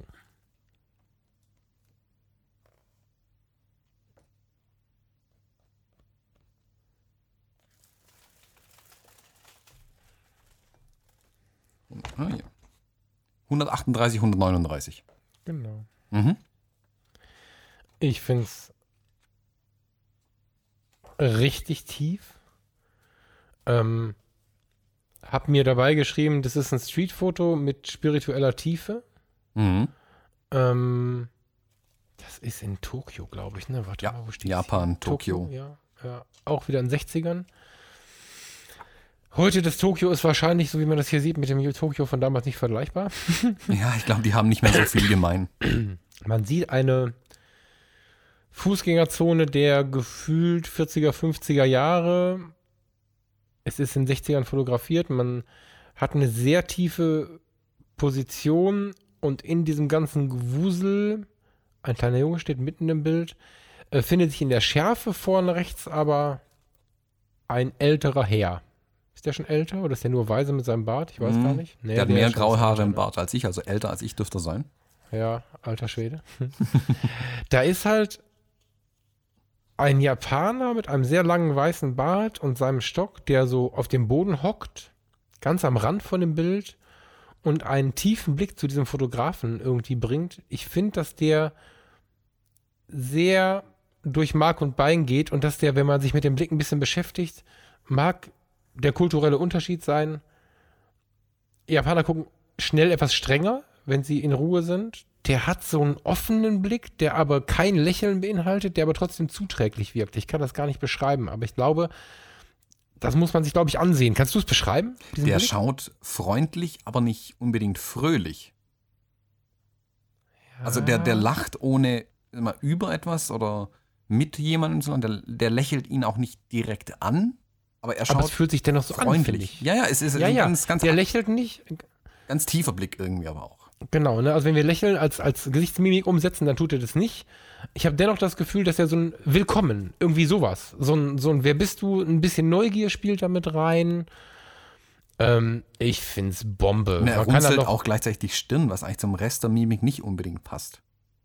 Hier. 138, 139. Genau. Mhm. Ich finde es richtig tief. Hab mir dabei geschrieben, das ist ein Streetfoto mit spiritueller Tiefe. Mhm. Das ist in Tokio, glaube ich, ne? Warte Ja, mal, wo steht Japan, Tokio. Ja, auch wieder in den 60ern. Heute das Tokio ist wahrscheinlich, so wie man das hier sieht, mit dem Tokio von damals nicht vergleichbar. Ja, ich glaube, die haben nicht mehr so viel gemein. Man sieht eine Fußgängerzone der gefühlt 40er, 50er Jahre. Es ist in den 60ern fotografiert. Man hat eine sehr tiefe Position und in diesem ganzen Gewusel, ein kleiner Junge steht mitten im Bild, findet sich in der Schärfe vorne rechts aber ein älterer Herr. Ist der schon älter oder ist der nur weise mit seinem Bart? Ich weiß gar nicht. Nee, Der hat mehr graue Haare im Bart als ich, also älter als ich dürfte er sein. Ja, alter Schwede. Da ist halt ein Japaner mit einem sehr langen weißen Bart und seinem Stock, der so auf dem Boden hockt, ganz am Rand von dem Bild und einen tiefen Blick zu diesem Fotografen irgendwie bringt. Ich finde, dass der sehr durch Mark und Bein geht und dass der, wenn man sich mit dem Blick ein bisschen beschäftigt, mag der kulturelle Unterschied sein. Japaner gucken schnell etwas strenger, wenn sie in Ruhe sind. Der hat so einen offenen Blick, der aber kein Lächeln beinhaltet, der aber trotzdem zuträglich wirkt. Ich kann das gar nicht beschreiben, aber ich glaube, das muss man sich, glaube ich, ansehen. Kannst du es beschreiben? Der Blick? Schaut freundlich, aber nicht unbedingt fröhlich. Ja. Also der lacht ohne immer über etwas oder mit jemandem, sondern der lächelt ihn auch nicht direkt an. Aber er schaut aber es fühlt sich dennoch so freundlich an, Ja, es ist ein ganz der lächelt nicht. Ganz tiefer Blick irgendwie aber auch. Genau, ne? Also wenn wir Lächeln als Gesichtsmimik umsetzen, dann tut er das nicht. Ich habe dennoch das Gefühl, dass er so ein Willkommen, irgendwie sowas, so ein Wer bist du, ein bisschen Neugier spielt da mit rein. Ich find's Bombe. Und er runzelt auch gleichzeitig die Stirn, was eigentlich zum Rest der Mimik nicht unbedingt passt.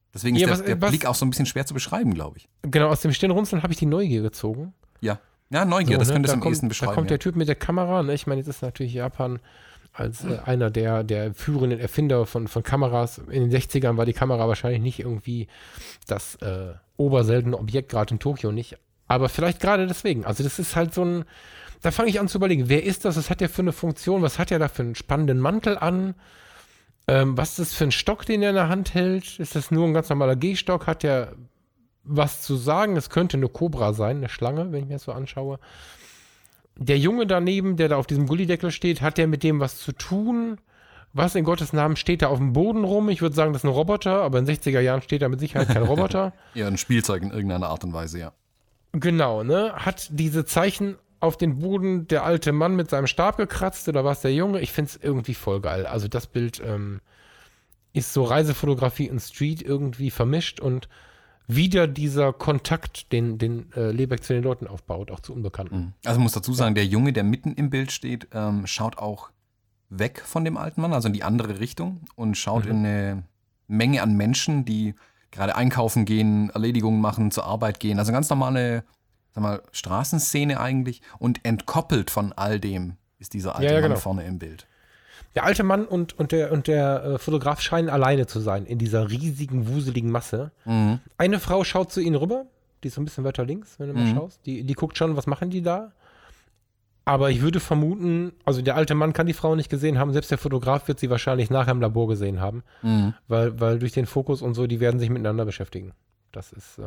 Deswegen ist der Blick auch so ein bisschen schwer zu beschreiben, glaube ich. Genau, aus dem Stirnrunzeln habe ich die Neugier gezogen. Ja, Neugier, das könnte es am ehesten beschreiben. Da kommt der Typ mit der Kamera, ne? Ich meine, jetzt ist natürlich Japan als einer der führenden Erfinder von Kameras. In den 60ern war die Kamera wahrscheinlich nicht irgendwie das oberseltene Objekt, gerade in Tokio nicht. Aber vielleicht gerade deswegen. Also das ist halt so ein, da fange ich an zu überlegen, wer ist das? Was hat der für eine Funktion? Was hat der da für einen spannenden Mantel an? Was ist das für ein Stock, den er in der Hand hält? Ist das nur ein ganz normaler Gehstock? Hat der was zu sagen? Es könnte eine Kobra sein, eine Schlange, wenn ich mir das so anschaue. Der Junge daneben, der da auf diesem Gullideckel steht, hat der mit dem was zu tun? Was in Gottes Namen steht da auf dem Boden rum? Ich würde sagen, das ist ein Roboter, aber in den 60er Jahren steht da mit Sicherheit kein Roboter. Ja, ein Spielzeug in irgendeiner Art und Weise, ja. Genau, ne? Hat diese Zeichen auf den Boden der alte Mann mit seinem Stab gekratzt oder war es der Junge? Ich finde es irgendwie voll geil. Also das Bild ist so Reisefotografie und Street irgendwie vermischt und wieder dieser Kontakt, den Lebeck zu den Leuten aufbaut, auch zu Unbekannten. Also man muss dazu sagen, der Junge, der mitten im Bild steht, schaut auch weg von dem alten Mann, also in die andere Richtung und schaut in eine Menge an Menschen, die gerade einkaufen gehen, Erledigungen machen, zur Arbeit gehen. Also ganz normale, sag mal, Straßenszene eigentlich. Und entkoppelt von all dem ist dieser alte Mann vorne im Bild. Der alte Mann und der Fotograf scheinen alleine zu sein in dieser riesigen, wuseligen Masse. Mhm. Eine Frau schaut zu ihnen rüber, die ist so ein bisschen weiter links, wenn du mal schaust. Die guckt schon, was machen die da? Aber ich würde vermuten, also der alte Mann kann die Frau nicht gesehen haben, selbst der Fotograf wird sie wahrscheinlich nachher im Labor gesehen haben, weil durch den Fokus und so, die werden sich miteinander beschäftigen. Das ist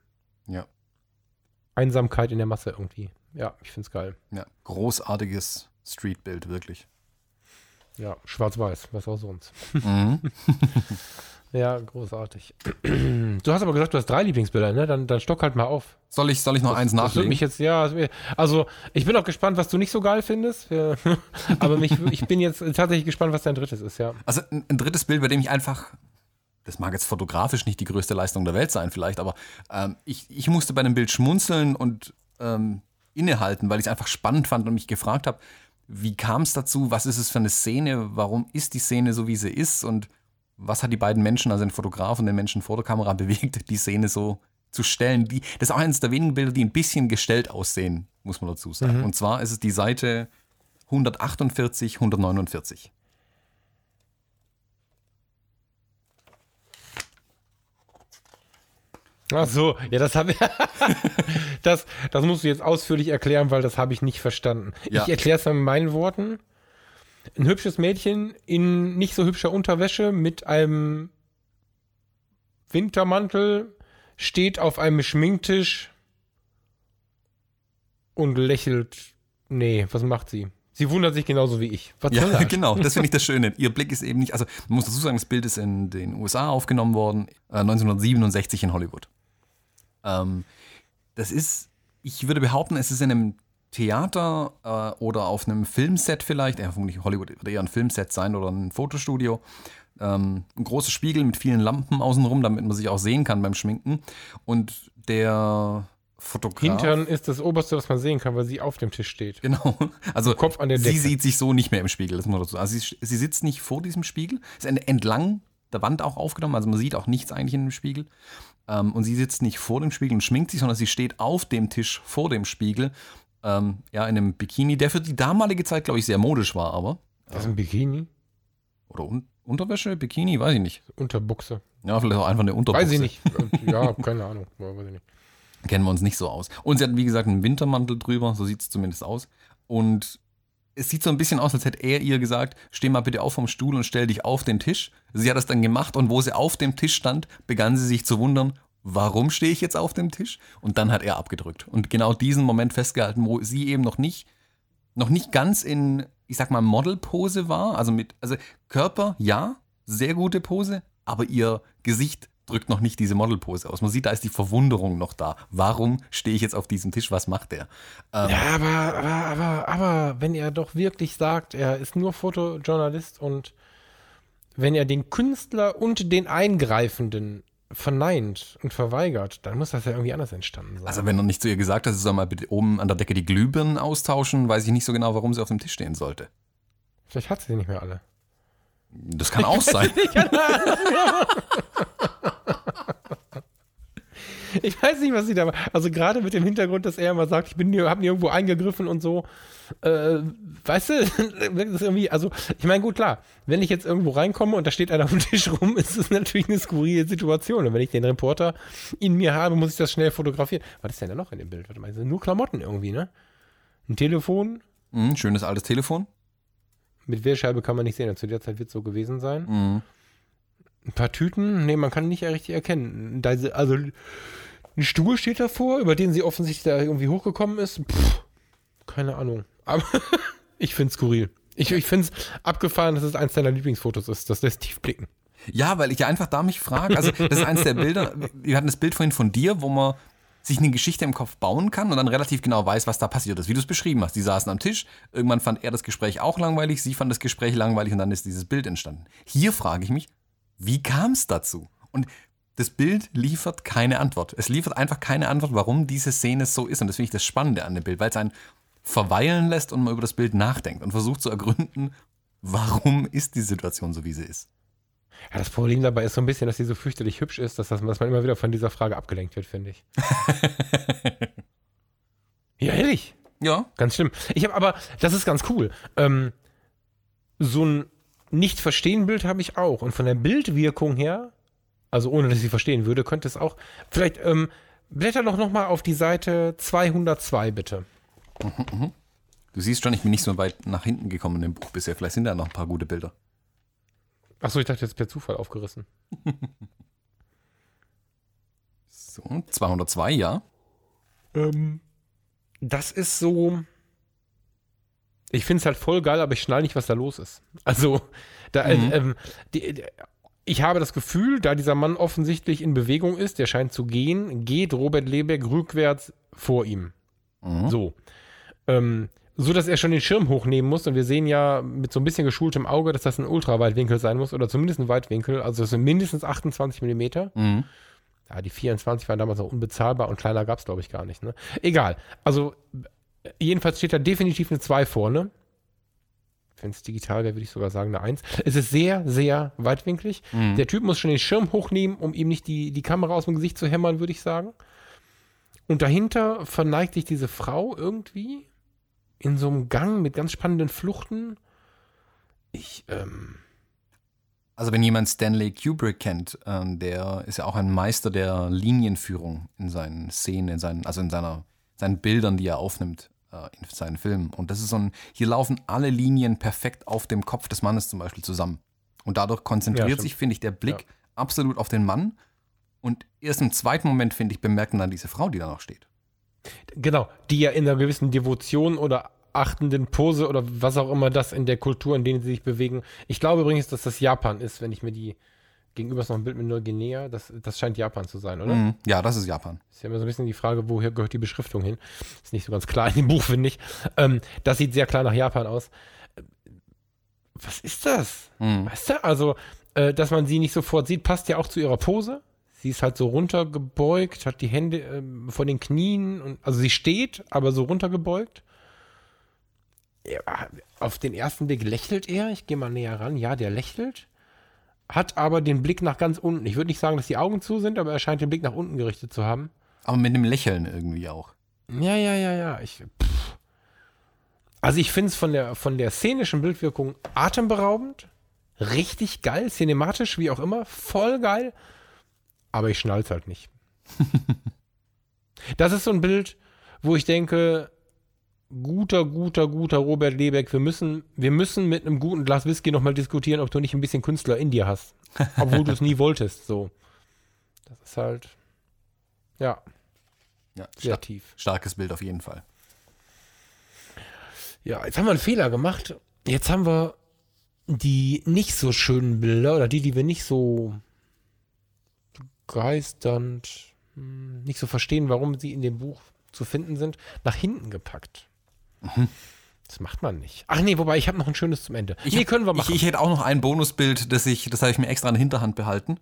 Einsamkeit in der Masse irgendwie. Ja, ich finde es geil. Ja, großartiges Streetbild, wirklich. Ja, schwarz-weiß, was auch sonst. Ja, großartig. Du hast aber gesagt, du hast 3 Lieblingsbilder, ne? Dann stock halt mal auf. Soll ich noch eins nachlegen? Mich jetzt, also ich bin auch gespannt, was du nicht so geil findest. Aber ich bin jetzt tatsächlich gespannt, was dein drittes ist, ja. Also ein drittes Bild, bei dem ich einfach, das mag jetzt fotografisch nicht die größte Leistung der Welt sein vielleicht, aber ich musste bei einem Bild schmunzeln und innehalten, weil ich es einfach spannend fand und mich gefragt habe, wie kam es dazu, was ist es für eine Szene, warum ist die Szene so, wie sie ist und was hat die beiden Menschen, also den Fotograf und den Menschen vor der Kamera bewegt, die Szene so zu stellen. Das ist auch eines der wenigen Bilder, die ein bisschen gestellt aussehen, muss man dazu sagen. Und zwar ist es die Seite 148, 149. Ach so, ja, das habe ich. das musst du jetzt ausführlich erklären, weil das habe ich nicht verstanden. Ja. Ich erkläre es mal mit meinen Worten. Ein hübsches Mädchen in nicht so hübscher Unterwäsche mit einem Wintermantel steht auf einem Schminktisch und lächelt. Nee, was macht sie? Sie wundert sich genauso wie ich. Was soll das? Genau, das finde ich das Schöne. Ihr Blick ist eben nicht, also man muss dazu sagen, das Bild ist in den USA aufgenommen worden, 1967 in Hollywood. Das ist, ich würde behaupten, es ist in einem Theater oder auf einem Filmset vielleicht, vermutlich Hollywood wird eher ein Filmset sein oder ein Fotostudio, ein großer Spiegel mit vielen Lampen außenrum, damit man sich auch sehen kann beim Schminken. Und der Fotograf. Hintern ist das Oberste, was man sehen kann, weil sie auf dem Tisch steht. Genau. Also Kopf an der Decke. Sie sieht sich so nicht mehr im Spiegel, das muss man dazu sagen. Also sie sitzt nicht vor diesem Spiegel, ist entlang der Wand auch aufgenommen, also man sieht auch nichts eigentlich in dem Spiegel. Und sie sitzt nicht vor dem Spiegel und schminkt sich, sondern sie steht auf dem Tisch vor dem Spiegel, in einem Bikini, der für die damalige Zeit, glaube ich, sehr modisch war, aber. Das ist ein Bikini? Oder Unterwäsche, Bikini, weiß ich nicht. Unterbuchse. Ja, vielleicht auch einfach eine Unterbuchse. Weiß ich nicht. Ja, keine Ahnung. Weiß ich nicht. Kennen wir uns nicht so aus. Und sie hat, wie gesagt, einen Wintermantel drüber, so sieht es zumindest aus. Und es sieht so ein bisschen aus, als hätte er ihr gesagt, steh mal bitte auf vom Stuhl und stell dich auf den Tisch. Sie hat das dann gemacht und wo sie auf dem Tisch stand, begann sie sich zu wundern, warum stehe ich jetzt auf dem Tisch? Und dann hat er abgedrückt. Und genau diesen Moment festgehalten, wo sie eben noch nicht ganz in, ich sag mal, Modelpose war. Also Körper, ja, sehr gute Pose, aber ihr Gesicht drückt noch nicht diese Modelpose aus. Man sieht, da ist die Verwunderung noch da. Warum stehe ich jetzt auf diesem Tisch? Was macht der? Ja, aber wenn er doch wirklich sagt, er ist nur Fotojournalist und wenn er den Künstler und den Eingreifenden verneint und verweigert, dann muss das ja irgendwie anders entstanden sein. Also wenn er nicht zu ihr gesagt hat, sie soll mal bitte oben an der Decke die Glühbirnen austauschen, weiß ich nicht so genau, warum sie auf dem Tisch stehen sollte. Vielleicht hat sie nicht mehr alle. Das kann auch sein. Ich weiß nicht, was sie da. Also gerade mit dem Hintergrund, dass er immer sagt, habe mir irgendwo eingegriffen und so. Weißt du, das ist irgendwie, also ich meine, gut, klar, wenn ich jetzt irgendwo reinkomme und da steht einer auf dem Tisch rum, ist es natürlich eine skurrile Situation. Und wenn ich den Reporter in mir habe, muss ich das schnell fotografieren. Was ist denn da noch in dem Bild? Warte mal, das sind nur Klamotten irgendwie, ne? Ein Telefon. Schönes altes Telefon. Mit Wählscheibe kann man nicht sehen. Zu der Zeit wird es so gewesen sein. Mhm. Ein paar Tüten. Nee, man kann nicht richtig erkennen. Also ein Stuhl steht davor, über den sie offensichtlich da irgendwie hochgekommen ist. Keine Ahnung. Aber ich finde es skurril. Ich finde es abgefahren, dass es eins deiner Lieblingsfotos ist. Das lässt tief blicken. Ja, weil ich ja einfach da mich frage, also das ist eins der Bilder, wir hatten das Bild vorhin von dir, wo man sich eine Geschichte im Kopf bauen kann und dann relativ genau weiß, was da passiert ist, wie du es beschrieben hast. Die saßen am Tisch, irgendwann fand er das Gespräch auch langweilig, sie fand das Gespräch langweilig und dann ist dieses Bild entstanden. Hier frage ich mich, wie kam es dazu? Und das Bild liefert keine Antwort. Es liefert einfach keine Antwort, warum diese Szene so ist. Und das finde ich das Spannende an dem Bild, weil es einen verweilen lässt und man über das Bild nachdenkt und versucht zu ergründen, warum ist die Situation so, wie sie ist. Ja, das Problem dabei ist so ein bisschen, dass sie so fürchterlich hübsch ist, dass man immer wieder von dieser Frage abgelenkt wird, finde ich. Ja, ehrlich. Ja. Ganz schlimm. Aber, das ist ganz cool. So ein Nicht-Verstehen-Bild habe ich auch. Und von der Bildwirkung her, also ohne, dass ich sie verstehen würde, könnte es auch, vielleicht blätter doch nochmal auf die Seite 202, bitte. Du siehst schon, ich bin nicht so weit nach hinten gekommen in dem Buch bisher. Vielleicht sind da noch ein paar gute Bilder. Achso, ich dachte jetzt per Zufall aufgerissen. So, 202, ja. Das ist so. Ich finde es halt voll geil, aber ich schnall nicht, was da los ist. Also, ich habe das Gefühl, da dieser Mann offensichtlich in Bewegung ist, der scheint zu gehen, geht Robert Lebeck rückwärts vor ihm. So. So, dass er schon den Schirm hochnehmen muss. Und wir sehen ja mit so ein bisschen geschultem Auge, dass das ein Ultraweitwinkel sein muss oder zumindest ein Weitwinkel. Also das sind mindestens 28 Millimeter. Ja, die 24 waren damals noch unbezahlbar und kleiner gab es, glaube ich, gar nicht. Ne? Egal. Also jedenfalls steht da definitiv eine 2 vorne. Wenn es digital wäre, würde ich sogar sagen eine 1. Es ist sehr, sehr weitwinklig. Der Typ muss schon den Schirm hochnehmen, um ihm nicht die Kamera aus dem Gesicht zu hämmern, würde ich sagen. Und dahinter verneigt sich diese Frau irgendwie in so einem Gang mit ganz spannenden Fluchten. Also wenn jemand Stanley Kubrick kennt, der ist ja auch ein Meister der Linienführung in seinen Szenen, in seinen Bildern, die er aufnimmt in seinen Filmen. Und das ist hier laufen alle Linien perfekt auf dem Kopf des Mannes zum Beispiel zusammen. Und dadurch konzentriert sich, finde ich, der Blick absolut auf den Mann. Und erst im zweiten Moment, finde ich, bemerkt man dann diese Frau, die da noch steht. Genau, die ja in einer gewissen Devotion oder achtenden Pose oder was auch immer das in der Kultur, in der sie sich bewegen. Ich glaube übrigens, dass das Japan ist, wenn ich mir gegenüber ist noch ein Bild mit Neuguinea, das scheint Japan zu sein, oder? Ja, das ist Japan. Ist ja immer so ein bisschen die Frage, woher gehört die Beschriftung hin? Ist nicht so ganz klar in dem Buch, finde ich. Das sieht sehr klar nach Japan aus. Was ist das? Weißt du, also, dass man sie nicht sofort sieht, passt ja auch zu ihrer Pose. Sie ist halt so runtergebeugt, hat die Hände vor den Knien, also sie steht, aber so runtergebeugt. Ja, auf den ersten Blick lächelt er. Ich gehe mal näher ran. Ja, der lächelt. Hat aber den Blick nach ganz unten. Ich würde nicht sagen, dass die Augen zu sind, aber er scheint den Blick nach unten gerichtet zu haben. Aber mit einem Lächeln irgendwie auch. Ja. Also ich finde es von der szenischen Bildwirkung atemberaubend. Richtig geil. Cinematisch, wie auch immer. Voll geil. Aber ich schnall's halt nicht. Das ist so ein Bild, wo ich denke, guter Robert Lebeck, wir müssen mit einem guten Glas Whisky nochmal diskutieren, ob du nicht ein bisschen Künstler in dir hast. Obwohl du es nie wolltest, so. Das ist halt, ja sehr tief. Starkes Bild auf jeden Fall. Ja, jetzt haben wir einen Fehler gemacht. Jetzt haben wir die nicht so schönen Bilder oder die wir nicht so begeisternd, nicht so verstehen, warum sie in dem Buch zu finden sind, nach hinten gepackt. Das macht man nicht. Ach nee, wobei, ich habe noch ein schönes zum Ende. Können wir machen. Ich hätte auch noch ein Bonusbild, das habe ich mir extra in der Hinterhand behalten.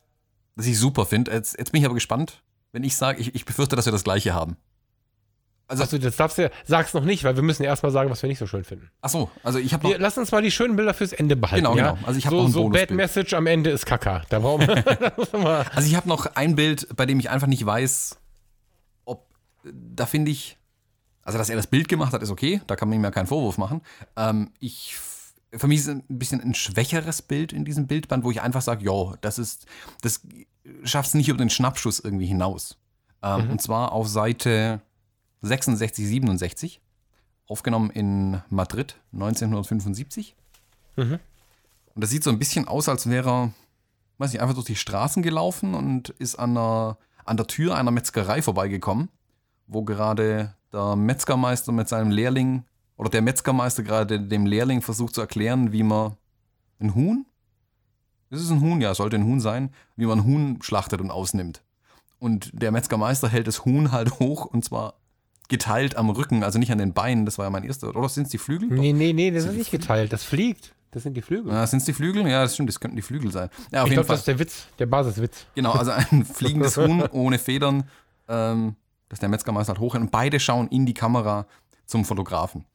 Das ich super finde. Jetzt bin ich aber gespannt, wenn ich sage, ich befürchte, dass wir das Gleiche haben. Also das darfst du ja, sag's noch nicht, weil wir müssen ja erstmal sagen, was wir nicht so schön finden. Ach so, also ich habe noch... Lass uns mal die schönen Bilder fürs Ende behalten. Genau, ja? genau. Also ich habe noch ein so Bonusbild. Bad Message am Ende ist Kacke. Da brauchen wir... Also ich habe noch ein Bild, bei dem ich einfach nicht weiß, ob, da finde ich, also dass er das Bild gemacht hat, ist okay, da kann man ihm ja keinen Vorwurf machen. Für mich ist es ein bisschen ein schwächeres Bild in diesem Bildband, wo ich einfach sage, das schafft es nicht über den Schnappschuss irgendwie hinaus. Und zwar auf Seite 66, 67, aufgenommen in Madrid 1975. Und das sieht so ein bisschen aus, als wäre er, weiß nicht, einfach durch die Straßen gelaufen und ist an der Tür einer Metzgerei vorbeigekommen, wo gerade der Metzgermeister mit seinem Lehrling, oder der Metzgermeister gerade dem Lehrling versucht zu erklären, wie man ein Huhn, das ist ein Huhn, ja, sollte ein Huhn sein, wie man ein Huhn schlachtet und ausnimmt. Und der Metzgermeister hält das Huhn halt hoch, und zwar geteilt am Rücken, also nicht an den Beinen, das war ja mein erster. Oder sind es die Flügel? Nee, das ist nicht geteilt, das fliegt. Das sind die Flügel. Ja, sind es die Flügel? Ja, das stimmt, das könnten die Flügel sein. Ja, auf ich jeden glaube, Fall. das ist der Witz, der Basiswitz. Genau, also ein fliegendes Huhn ohne Federn, das der Metzgermeister halt hochhält. Und beide schauen in die Kamera zum Fotografen.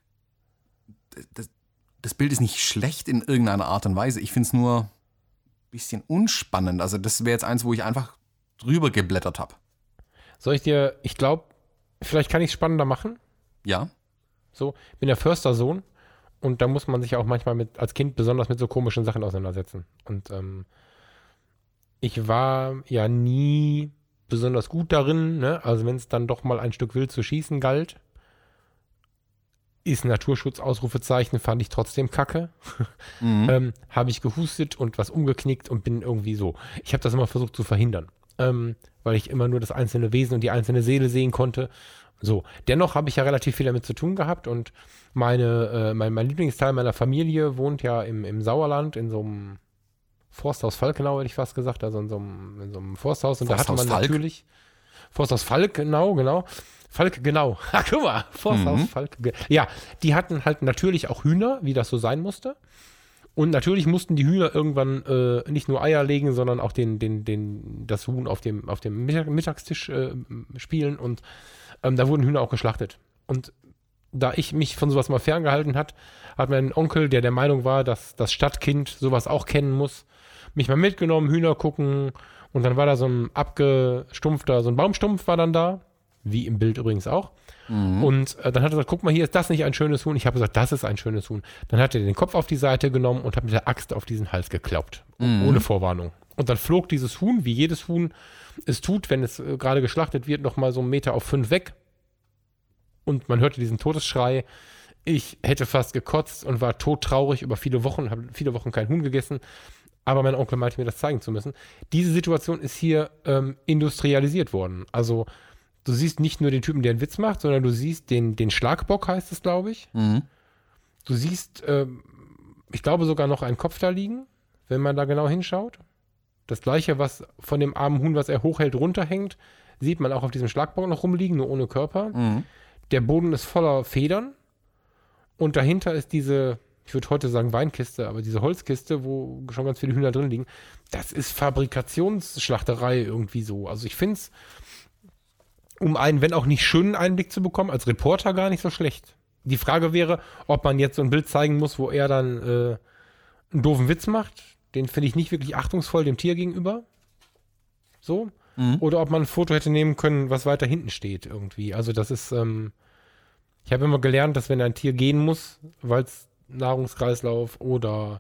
Das Bild ist nicht schlecht in irgendeiner Art und Weise. Ich finde es nur ein bisschen unspannend. Also das wäre jetzt eins, wo ich einfach drüber geblättert habe. Ich glaube, vielleicht kann ich es spannender machen. Ja. So, ich bin der Förstersohn und da muss man sich auch manchmal als Kind besonders mit so komischen Sachen auseinandersetzen. Und ich war ja nie besonders gut darin, ne? Also wenn es dann doch mal ein Stück Wild zu schießen galt, ist Naturschutz, Ausrufezeichen, fand ich trotzdem kacke. Habe ich gehustet und was umgeknickt und bin irgendwie so. Ich habe das immer versucht zu verhindern, weil ich immer nur das einzelne Wesen und die einzelne Seele sehen konnte. So, dennoch habe ich ja relativ viel damit zu tun gehabt und mein Lieblingsteil meiner Familie wohnt ja im Sauerland in so einem Forsthaus Falkenau, hätte ich fast gesagt, also in so einem Forsthaus. Und Forsthaus da hatte man Falk? natürlich Forsthaus genau. Falk, genau. Ha, guck mal, Forsthaus Falk. Ja, die hatten halt natürlich auch Hühner, wie das so sein musste. Und natürlich mussten die Hühner irgendwann nicht nur Eier legen, sondern auch das Huhn auf dem Mittagstisch spielen. Und da wurden Hühner auch geschlachtet. Und da ich mich von sowas mal ferngehalten hat mein Onkel, der Meinung war, dass das Stadtkind sowas auch kennen muss, mich mal mitgenommen, Hühner gucken. Und dann war da so ein abgestumpfter, so ein Baumstumpf war dann da. Wie im Bild übrigens auch. Und dann hat er gesagt, guck mal, hier ist das nicht ein schönes Huhn. Ich habe gesagt, das ist ein schönes Huhn. Dann hat er den Kopf auf die Seite genommen und hat mit der Axt auf diesen Hals gekloppt. Ohne Vorwarnung. Und dann flog dieses Huhn, wie jedes Huhn es tut, wenn es gerade geschlachtet wird, nochmal so 1,5 Meter weg. Und man hörte diesen Todesschrei. Ich hätte fast gekotzt und war todtraurig über viele Wochen, habe viele Wochen kein Huhn gegessen. Aber mein Onkel meinte mir, das zeigen zu müssen. Diese Situation ist hier industrialisiert worden. Also du siehst nicht nur den Typen, der einen Witz macht, sondern du siehst den Schlagbock, heißt es, glaube ich. Du siehst, ich glaube, sogar noch einen Kopf da liegen, wenn man da genau hinschaut. Das gleiche, was von dem armen Huhn, was er hochhält, runterhängt, sieht man auch auf diesem Schlagbock noch rumliegen, nur ohne Körper. Der Boden ist voller Federn und dahinter ist diese, ich würde heute sagen Weinkiste, aber diese Holzkiste, wo schon ganz viele Hühner drin liegen. Das ist Fabrikationsschlachterei irgendwie so. Also ich finde es, um einen, wenn auch nicht schönen Einblick zu bekommen, als Reporter gar nicht so schlecht. Die Frage wäre, ob man jetzt so ein Bild zeigen muss, wo er dann einen doofen Witz macht. Den finde ich nicht wirklich achtungsvoll dem Tier gegenüber. So. Oder ob man ein Foto hätte nehmen können, was weiter hinten steht irgendwie. Also das ist, ich habe immer gelernt, dass wenn ein Tier gehen muss, weil es Nahrungskreislauf oder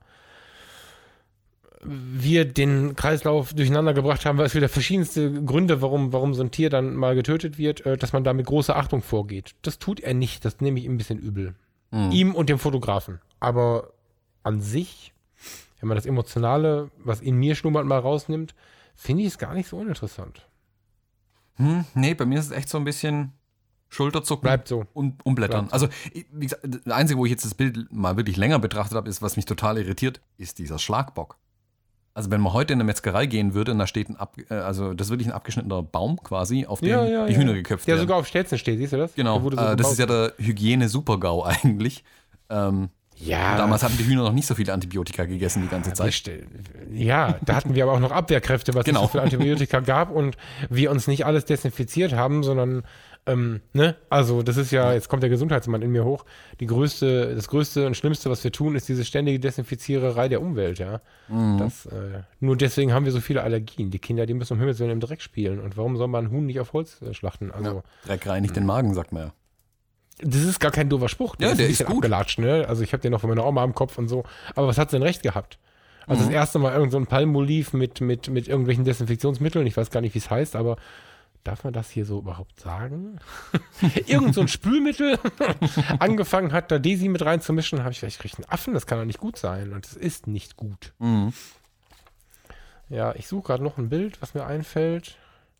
wir den Kreislauf durcheinander gebracht haben, weil es wieder verschiedenste Gründe, warum so ein Tier dann mal getötet wird, dass man da mit großer Achtung vorgeht. Das tut er nicht, das nehme ich ihm ein bisschen übel. Ihm und dem Fotografen. Aber an sich, wenn man das Emotionale, was in mir schlummert, mal rausnimmt, finde ich es gar nicht so uninteressant. Nee, bei mir ist es echt so ein bisschen Schulterzucken Bleibt so. und umblättern. Bleibt so. Also, wie gesagt, das Einzige, wo ich jetzt das Bild mal wirklich länger betrachtet habe, ist, was mich total irritiert, ist dieser Schlagbock. Also wenn man heute in eine Metzgerei gehen würde und da steht das ist wirklich ein abgeschnittener Baum quasi, auf dem die Hühner geköpft werden. Der sogar auf Stelzen steht, siehst du das? Genau, Der wurde so das ist ja der Hygiene-Super-GAU eigentlich. Ja. Damals hatten die Hühner noch nicht so viele Antibiotika gegessen die ganze Zeit. Ja, da hatten wir aber auch noch Abwehrkräfte, was es so viel Antibiotika gab und wir uns nicht alles desinfiziert haben, sondern, ne? Also das ist ja, jetzt kommt der Gesundheitsmann in mir hoch, das Größte und Schlimmste, was wir tun, ist diese ständige Desinfiziererei der Umwelt, ja. Nur deswegen haben wir so viele Allergien. Die Kinder, die müssen um Himmels Willen im Dreck spielen. Und warum soll man einen Huhn nicht auf Holz schlachten? Also, Dreck reinigt den Magen, sagt man ja. Das ist gar kein doofer Spruch. Der ist gut. Abgelatscht, ne? Also ich habe den noch von meiner Oma im Kopf und so. Aber was hat sie denn recht gehabt? Also das erste Mal irgend so ein Palmoliv mit irgendwelchen Desinfektionsmitteln. Ich weiß gar nicht, wie es heißt, aber darf man das hier so überhaupt sagen? Irgend so ein Spülmittel angefangen hat, da Desi mit reinzumischen. Habe ich vielleicht kriege einen Affen, das kann doch nicht gut sein. Und es ist nicht gut. Ja, ich suche gerade noch ein Bild, was mir einfällt.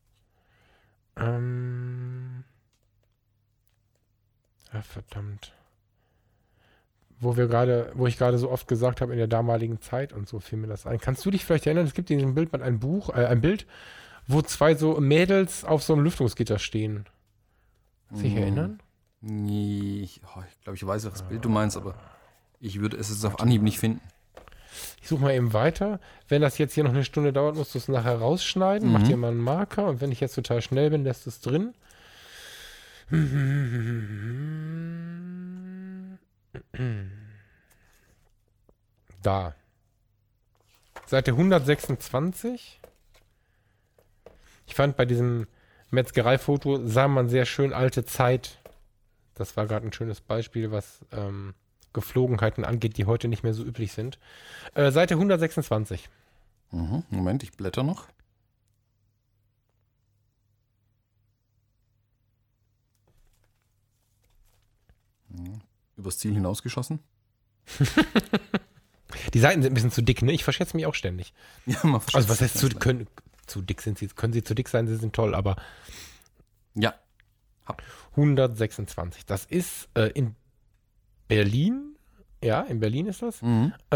Ja, verdammt. Wo ich gerade so oft gesagt habe, in der damaligen Zeit und so fiel mir das ein. Kannst du dich vielleicht erinnern, es gibt in diesem Bildband ein Bild, wo zwei so Mädels auf so einem Lüftungsgitter stehen. Kannst du dich erinnern? Nee, ich glaube, ich weiß, welches Bild du meinst, aber ich würde es jetzt auf Anhieb nicht finden. Ich suche mal eben weiter. Wenn das jetzt hier noch eine Stunde dauert, musst du es nachher rausschneiden. Mach dir mal einen Marker und wenn ich jetzt total schnell bin, lässt es drin. Da. Seite 126. Ich fand bei diesem Metzgereifoto sah man sehr schön alte Zeit. Das war gerade ein schönes Beispiel, was Geflogenheiten angeht, die heute nicht mehr so üblich sind. Seite 126. Moment, ich blätter noch. Übers Ziel hinausgeschossen. Die Seiten sind ein bisschen zu dick, ne? Ich verschätze mich auch ständig. Ja, man also was heißt zu dick sind sie? Können sie zu dick sein? Sie sind toll, aber ja. 126. Das ist in Berlin. Ja, in Berlin ist das.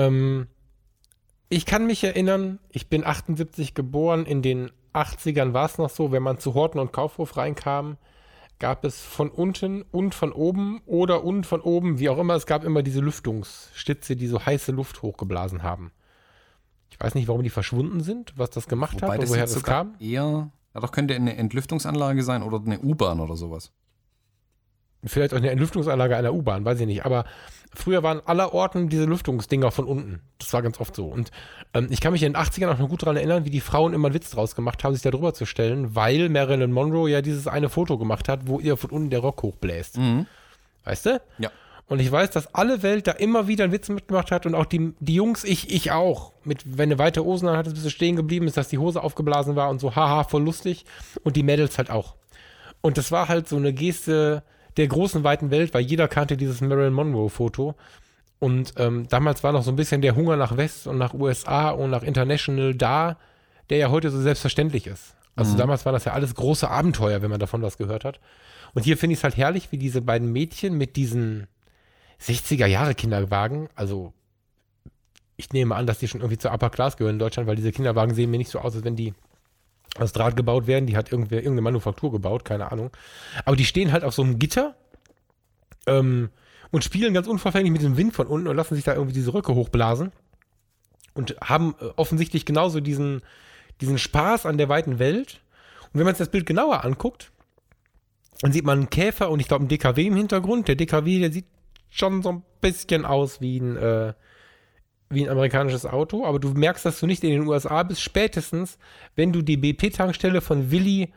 Ich kann mich erinnern, ich bin 78 geboren. In den 80ern war es noch so, wenn man zu Horten und Kaufhof reinkam, gab es von unten und von oben oder unten von oben, wie auch immer, es gab immer diese Lüftungsstitze, die so heiße Luft hochgeblasen haben. Ich weiß nicht, warum die verschwunden sind, was das gemacht hat oder woher das kam. Ja, doch könnte eine Entlüftungsanlage sein oder eine U-Bahn oder sowas. Vielleicht auch eine Entlüftungsanlage einer U-Bahn, weiß ich nicht. Aber früher waren allerorten diese Lüftungsdinger von unten. Das war ganz oft so. Und ich kann mich in den 80ern auch noch gut daran erinnern, wie die Frauen immer einen Witz draus gemacht haben, sich da drüber zu stellen, weil Marilyn Monroe ja dieses eine Foto gemacht hat, wo ihr von unten der Rock hochbläst. Weißt du? Ja. Und ich weiß, dass alle Welt da immer wieder einen Witz mitgemacht hat und auch die Jungs, ich auch. Wenn du weite Hosen hattest, bist du stehen geblieben, ist, dass die Hose aufgeblasen war und so, haha, voll lustig. Und die Mädels halt auch. Und das war halt so eine Geste der großen, weiten Welt, weil jeder kannte dieses Marilyn Monroe-Foto. Und damals war noch so ein bisschen der Hunger nach West und nach USA und nach International da, der ja heute so selbstverständlich ist. Also damals war das ja alles große Abenteuer, wenn man davon was gehört hat. Und hier finde ich es halt herrlich, wie diese beiden Mädchen mit diesen 60er-Jahre-Kinderwagen, also ich nehme an, dass die schon irgendwie zur Upper Class gehören in Deutschland, weil diese Kinderwagen sehen mir nicht so aus, als wenn die aus Draht gebaut werden. Die hat irgendeine Manufaktur gebaut, keine Ahnung. Aber die stehen halt auf so einem Gitter und spielen ganz unverfänglich mit dem Wind von unten und lassen sich da irgendwie diese Röcke hochblasen und haben offensichtlich genauso diesen Spaß an der weiten Welt. Und wenn man sich das Bild genauer anguckt, dann sieht man einen Käfer und ich glaube einen DKW im Hintergrund. Der DKW, der sieht schon so ein bisschen aus wie ein amerikanisches Auto, aber du merkst, dass du nicht in den USA bist, spätestens, wenn du die BP-Tankstelle von Willi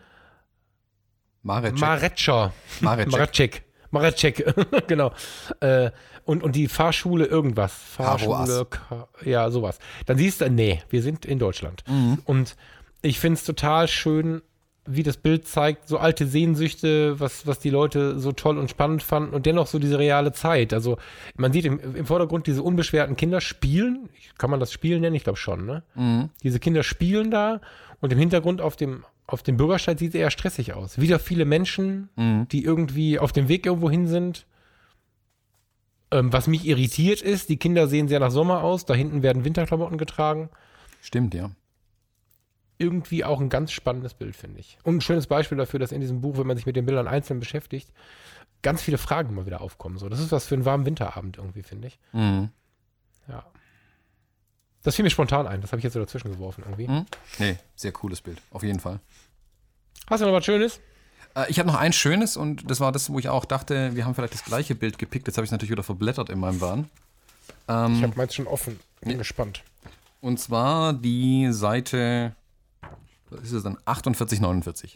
Mareczek, genau, und die Fahrschule irgendwas, Fahrschule, ja, sowas. Dann siehst du, nee, wir sind in Deutschland. Und ich finde es total schön, wie das Bild zeigt, so alte Sehnsüchte, was die Leute so toll und spannend fanden und dennoch so diese reale Zeit. Also man sieht im Vordergrund diese unbeschwerten Kinder spielen. Kann man das Spielen nennen? Ich glaube schon, ne? Diese Kinder spielen da und im Hintergrund auf dem Bürgersteig sieht es eher stressig aus. Wieder viele Menschen, die irgendwie auf dem Weg irgendwo hin sind. Was mich irritiert ist, die Kinder sehen sehr nach Sommer aus. Da hinten werden Winterklamotten getragen. Stimmt, ja. Irgendwie auch ein ganz spannendes Bild, finde ich. Und ein schönes Beispiel dafür, dass in diesem Buch, wenn man sich mit den Bildern einzeln beschäftigt, ganz viele Fragen mal wieder aufkommen. So, das ist was für einen warmen Winterabend irgendwie, finde ich. Mhm. Ja. Das fiel mir spontan ein. Das habe ich jetzt so dazwischen geworfen irgendwie. Mhm. Nee, sehr cooles Bild. Auf jeden Fall. Hast du noch was Schönes? Ich habe noch ein schönes und das war das, wo ich auch dachte, wir haben vielleicht das gleiche Bild gepickt. Jetzt habe ich es natürlich wieder verblättert in meinem Wahn. Ich habe meins schon offen. Bin gespannt. Und zwar die Seite, was ist es dann? 4849.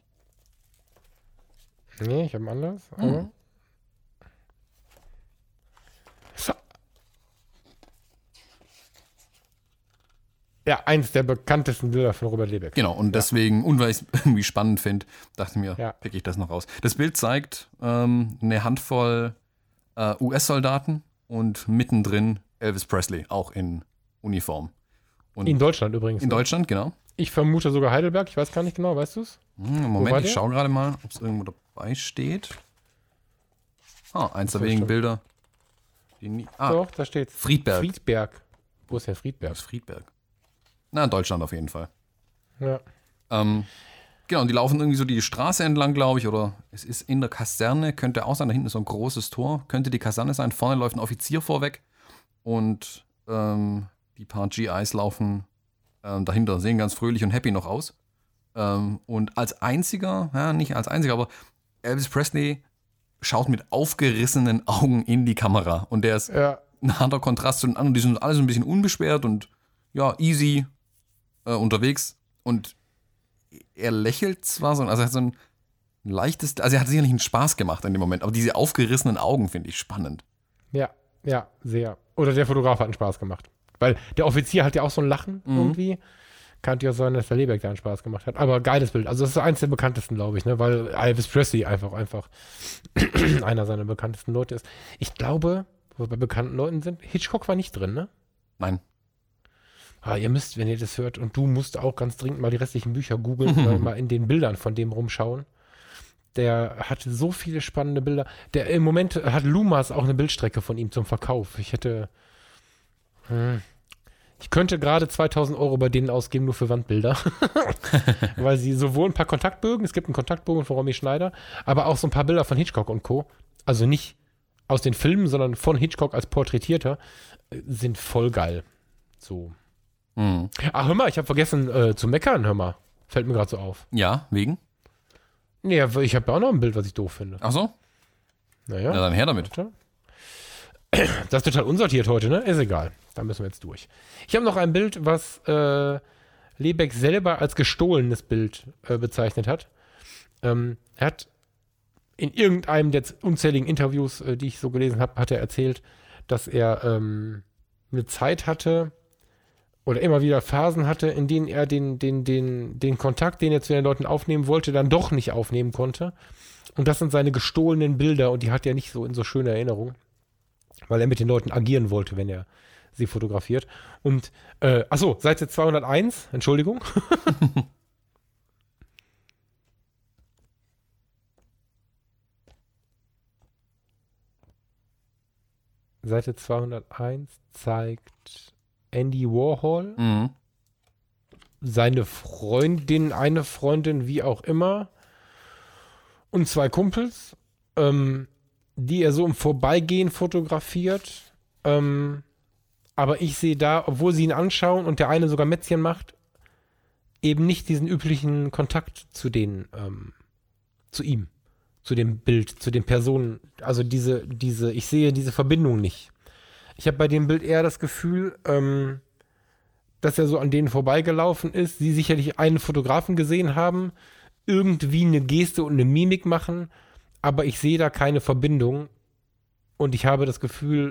Nee, ich habe ein anderes. Aber ja, eins der bekanntesten Bilder von Robert Lebeck. Genau, und deswegen, und weil ich es irgendwie spannend finde, dachte ich mir, Ja. pick ich das noch raus. Das Bild zeigt eine Handvoll US-Soldaten und mittendrin Elvis Presley, auch in Uniform. Und In Deutschland übrigens. in ne? Deutschland, genau. Ich vermute sogar Heidelberg. Ich weiß gar nicht genau. Weißt du es? Moment, war ich der? schaue gerade mal, ob es irgendwo dabei steht. Eins der So, wenigen stimmt. Bilder. Doch, da steht Friedberg. Friedberg. Wo ist denn Das Friedberg? ist Friedberg. Na, in Deutschland auf jeden Fall. Ja. Genau, und die laufen irgendwie so die Straße entlang, glaube ich, oder es ist in der Kaserne, könnte auch sein, da hinten ist so ein großes Tor, könnte die Kaserne sein, vorne läuft ein Offizier vorweg und die paar GIs laufen dahinter, sehen ganz fröhlich und happy noch aus. Und als einziger, ja, nicht als einziger, aber Elvis Presley schaut mit aufgerissenen Augen in die Kamera und der ist Ja. ein harter Kontrast zu den anderen, die sind alle so ein bisschen unbeschwert und ja, easy unterwegs und er lächelt zwar so, also er hat so ein leichtes, also er hat sicherlich einen Spaß gemacht in dem Moment, aber diese aufgerissenen Augen finde ich spannend. Ja, ja, sehr. Oder der Fotograf hat einen Spaß gemacht. Weil der Offizier hat ja auch so ein Lachen irgendwie. Kann ja sein, dass der Lebeck da einen Spaß gemacht hat. Aber geiles Bild. Also das ist eins der bekanntesten, glaube ich, ne? Weil Elvis Presley einfach einer seiner bekanntesten Leute ist. Ich glaube, wo wir bei bekannten Leuten sind, Hitchcock war nicht drin, ne? Nein. Ihr müsst, wenn ihr das hört, und du musst auch ganz dringend mal die restlichen Bücher googeln, mal in den Bildern von dem rumschauen. Der hat so viele spannende Bilder. Der im Moment hat Lumas auch eine Bildstrecke von ihm zum Verkauf. Ich könnte gerade 2.000 Euro bei denen ausgeben, nur für Wandbilder. Weil sie sowohl ein paar Kontaktbögen, es gibt einen Kontaktbogen von Romy Schneider, aber auch so ein paar Bilder von Hitchcock und Co. Also nicht aus den Filmen, sondern von Hitchcock als Porträtierter, sind voll geil. So. Mhm. Hör mal, ich habe vergessen zu meckern, hör mal. Fällt mir gerade so auf. Ja, wegen? Nee, ich habe ja auch noch ein Bild, was ich doof finde. Ach so? Naja. Ja, dann her damit. Warte. Das ist total unsortiert heute, ne? Ist egal. Da müssen wir jetzt durch. Ich habe noch ein Bild, was Lebeck selber als gestohlenes Bild bezeichnet hat. Er hat in irgendeinem der unzähligen Interviews, die ich so gelesen habe, hat er erzählt, dass er eine Zeit hatte oder immer wieder Phasen hatte, in denen er den Kontakt, den er zu den Leuten aufnehmen wollte, dann doch nicht aufnehmen konnte. Und das sind seine gestohlenen Bilder und die hat er nicht so in so schöner Erinnerung, weil er mit den Leuten agieren wollte, wenn er sie fotografiert. Und, Seite 201, Entschuldigung. Seite 201 zeigt Andy Warhol, Mhm. seine Freundin, eine Freundin, wie auch immer, und zwei Kumpels, die er so im Vorbeigehen fotografiert. Aber ich sehe da, obwohl sie ihn anschauen und der eine sogar Mätzchen macht, eben nicht diesen üblichen Kontakt zu denen, zu ihm, zu dem Bild, zu den Personen. Also ich sehe diese Verbindung nicht. Ich habe bei dem Bild eher das Gefühl, dass er so an denen vorbeigelaufen ist, sie sicherlich einen Fotografen gesehen haben, irgendwie eine Geste und eine Mimik machen, aber ich sehe da keine Verbindung und ich habe das Gefühl,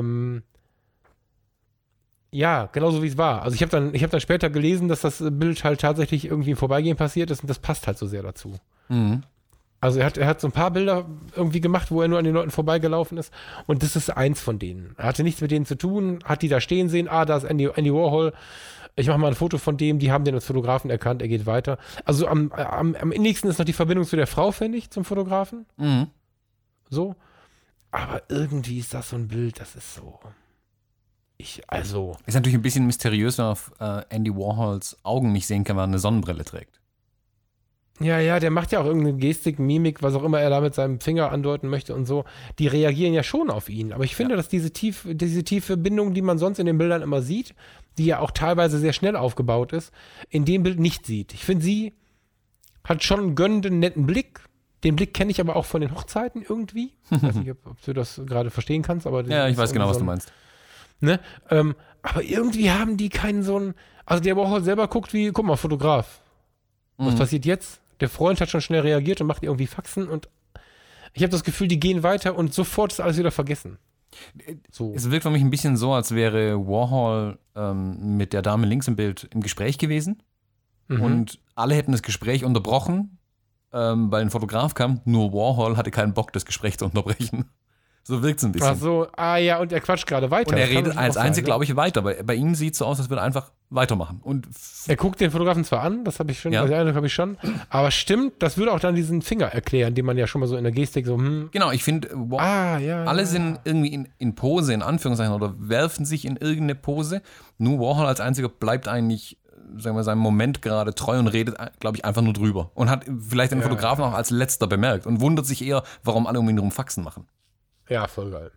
ja, genauso wie es war. Also ich habe dann später gelesen, dass das Bild halt tatsächlich irgendwie im Vorbeigehen passiert ist und das passt halt so sehr dazu. Mhm. Also er hat so ein paar Bilder irgendwie gemacht, wo er nur an den Leuten vorbeigelaufen ist und das ist eins von denen. Er hatte nichts mit denen zu tun, hat die da stehen sehen, da ist Andy Warhol, ich mache mal ein Foto von dem, die haben den als Fotografen erkannt, er geht weiter. Also am innigsten ist noch die Verbindung zu der Frau, finde ich, zum Fotografen. Mhm. So. Aber irgendwie ist das so ein Bild, das ist so. Ist natürlich ein bisschen mysteriös, wenn man auf Andy Warhols Augen nicht sehen kann, wenn er eine Sonnenbrille trägt. Ja, der macht ja auch irgendeine Gestik, Mimik, was auch immer er da mit seinem Finger andeuten möchte und so. Die reagieren ja schon auf ihn. Aber ich finde, dass diese tiefe Bindung, die man sonst in den Bildern immer sieht, die ja auch teilweise sehr schnell aufgebaut ist, in dem Bild nicht sieht. Ich finde, sie hat schon einen gönnenden, netten Blick. Den Blick kenne ich aber auch von den Hochzeiten irgendwie. Ich weiß nicht, ob du das gerade verstehen kannst, aber Ja, ich weiß genau, was du meinst. Ne? Aber irgendwie haben die keinen so einen. Also der Warhol selber guck mal, Fotograf. Was passiert jetzt? Der Freund hat schon schnell reagiert und macht irgendwie Faxen und ich habe das Gefühl, die gehen weiter und sofort ist alles wieder vergessen. So. Es wirkt für mich ein bisschen so, als wäre Warhol mit der Dame links im Bild im Gespräch gewesen und alle hätten das Gespräch unterbrochen, weil ein Fotograf kam, nur Warhol hatte keinen Bock, das Gespräch zu unterbrechen. So wirkt es ein bisschen. Ach so, ja, und er quatscht gerade weiter. Und er redet als einzig, glaube ich, weiter. Bei ihm sieht es so aus, als würde er einfach weitermachen. Und er guckt den Fotografen zwar an, das habe ich schon, Ja. also den Eindruck habe ich schon, aber stimmt, das würde auch dann diesen Finger erklären, den man ja schon mal so in der Gestik so, genau, ich finde, alle sind irgendwie in Pose, in Anführungszeichen, oder werfen sich in irgendeine Pose. Nur Warhol als einziger bleibt eigentlich, sagen wir, seinem Moment gerade treu und redet, glaube ich, einfach nur drüber. Und hat vielleicht den Fotografen auch als letzter bemerkt und wundert sich eher, warum alle um ihn herum Faxen machen. Ja, voll geil.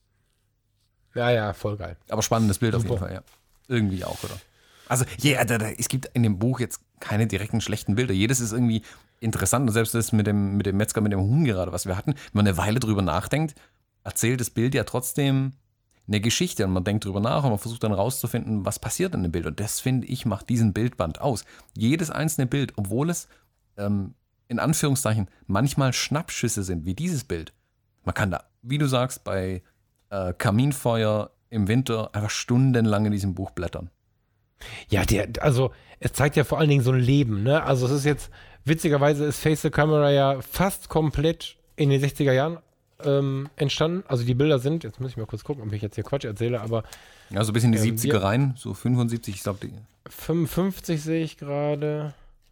Ja, voll geil. Aber spannendes Bild auf Super. jeden Fall, ja. Irgendwie auch, oder? Also, es gibt in dem Buch jetzt keine direkten schlechten Bilder. Jedes ist irgendwie interessant. Und selbst das mit dem Metzger, mit dem Huhn gerade, was wir hatten, wenn man eine Weile drüber nachdenkt, erzählt das Bild ja trotzdem eine Geschichte. Und man denkt drüber nach und man versucht dann rauszufinden, was passiert in dem Bild. Und das, finde ich, macht diesen Bildband aus. Jedes einzelne Bild, obwohl es in Anführungszeichen manchmal Schnappschüsse sind, wie dieses Bild. Man kann da, wie du sagst, bei Kaminfeuer im Winter einfach stundenlang in diesem Buch blättern. Ja, also es zeigt ja vor allen Dingen so ein Leben, ne? Also es ist jetzt, witzigerweise ist Face the Camera ja fast komplett in den 60er Jahren entstanden. Also die Bilder sind, jetzt muss ich mal kurz gucken, ob ich jetzt hier Quatsch erzähle, aber Ja, so bis in die 70er rein, so 75, ich glaube. 55 sehe ich gerade.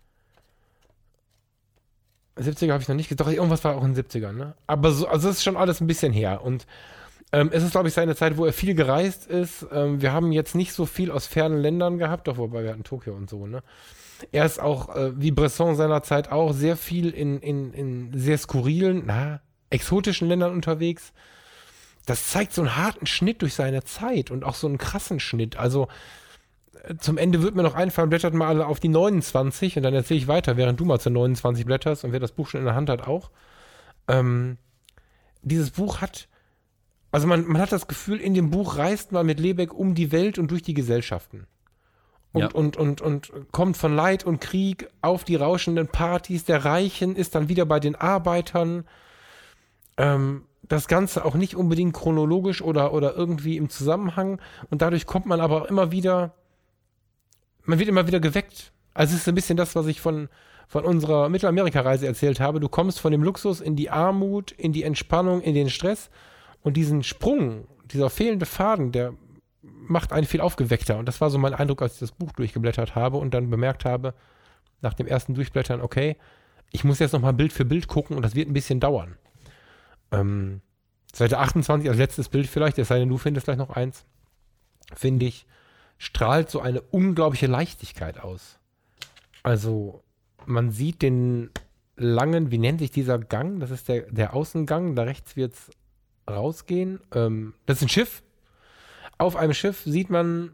70er habe ich noch nicht gesagt, doch irgendwas war auch in den 70ern, ne? Aber so, also es ist schon alles ein bisschen her und es ist, glaube ich, seine Zeit, wo er viel gereist ist. Wir haben jetzt nicht so viel aus fernen Ländern gehabt, doch wobei wir hatten Tokio und so, ne? Er ist auch, wie Bresson seiner Zeit auch, sehr viel in sehr skurrilen, exotischen Ländern unterwegs. Das zeigt so einen harten Schnitt durch seine Zeit und auch so einen krassen Schnitt. Also zum Ende wird mir noch einfallen, blättert mal alle auf die 29 und dann erzähle ich weiter, während du mal zur 29 blätterst und wer das Buch schon in der Hand hat auch. Dieses Buch hat, also man hat das Gefühl, in dem Buch reist man mit Lebeck um die Welt und durch die Gesellschaften. Und kommt von Leid und Krieg auf die rauschenden Partys der Reichen, ist dann wieder bei den Arbeitern. Das Ganze auch nicht unbedingt chronologisch oder irgendwie im Zusammenhang. Und dadurch kommt man aber immer wieder, man wird immer wieder geweckt. Also es ist ein bisschen das, was ich von unserer Mittelamerika-Reise erzählt habe. Du kommst von dem Luxus in die Armut, in die Entspannung, in den Stress. Und diesen Sprung, dieser fehlende Faden, der macht einen viel aufgeweckter. Und das war so mein Eindruck, als ich das Buch durchgeblättert habe und dann bemerkt habe, nach dem ersten Durchblättern, okay, ich muss jetzt nochmal Bild für Bild gucken und das wird ein bisschen dauern. Seite 28, als letztes Bild vielleicht, es sei denn, du findest gleich noch eins, finde ich, strahlt so eine unglaubliche Leichtigkeit aus. Also, man sieht den langen, wie nennt sich dieser Gang? Das ist der Außengang, da rechts wird es rausgehen. Das ist ein Schiff. Auf einem Schiff sieht man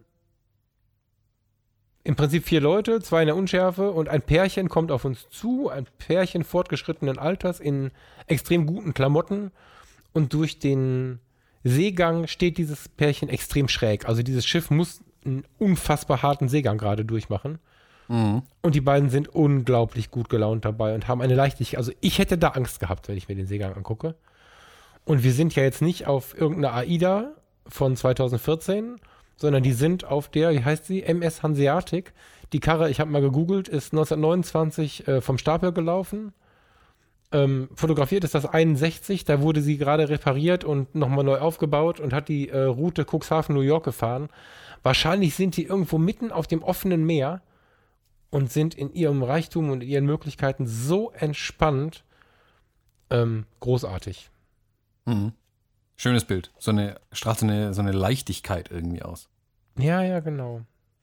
im Prinzip 4 Leute, 2 in der Unschärfe und ein Pärchen kommt auf uns zu, ein Pärchen fortgeschrittenen Alters in extrem guten Klamotten und durch den Seegang steht dieses Pärchen extrem schräg. Also dieses Schiff muss einen unfassbar harten Seegang gerade durchmachen. Und die beiden sind unglaublich gut gelaunt dabei und haben eine Leichtigkeit. Also ich hätte da Angst gehabt, wenn ich mir den Seegang angucke. Und wir sind ja jetzt nicht auf irgendeiner AIDA von 2014, sondern die sind auf der, wie heißt sie, MS Hanseatic. Die Karre, ich habe mal gegoogelt, ist 1929 vom Stapel gelaufen. Fotografiert ist das 61, da wurde sie gerade repariert und nochmal neu aufgebaut und hat die Route Cuxhaven, New York gefahren. Wahrscheinlich sind die irgendwo mitten auf dem offenen Meer und sind in ihrem Reichtum und ihren Möglichkeiten so entspannt. Großartig. Mhm. Schönes Bild. Strahlt so eine Leichtigkeit irgendwie aus. Ja, genau.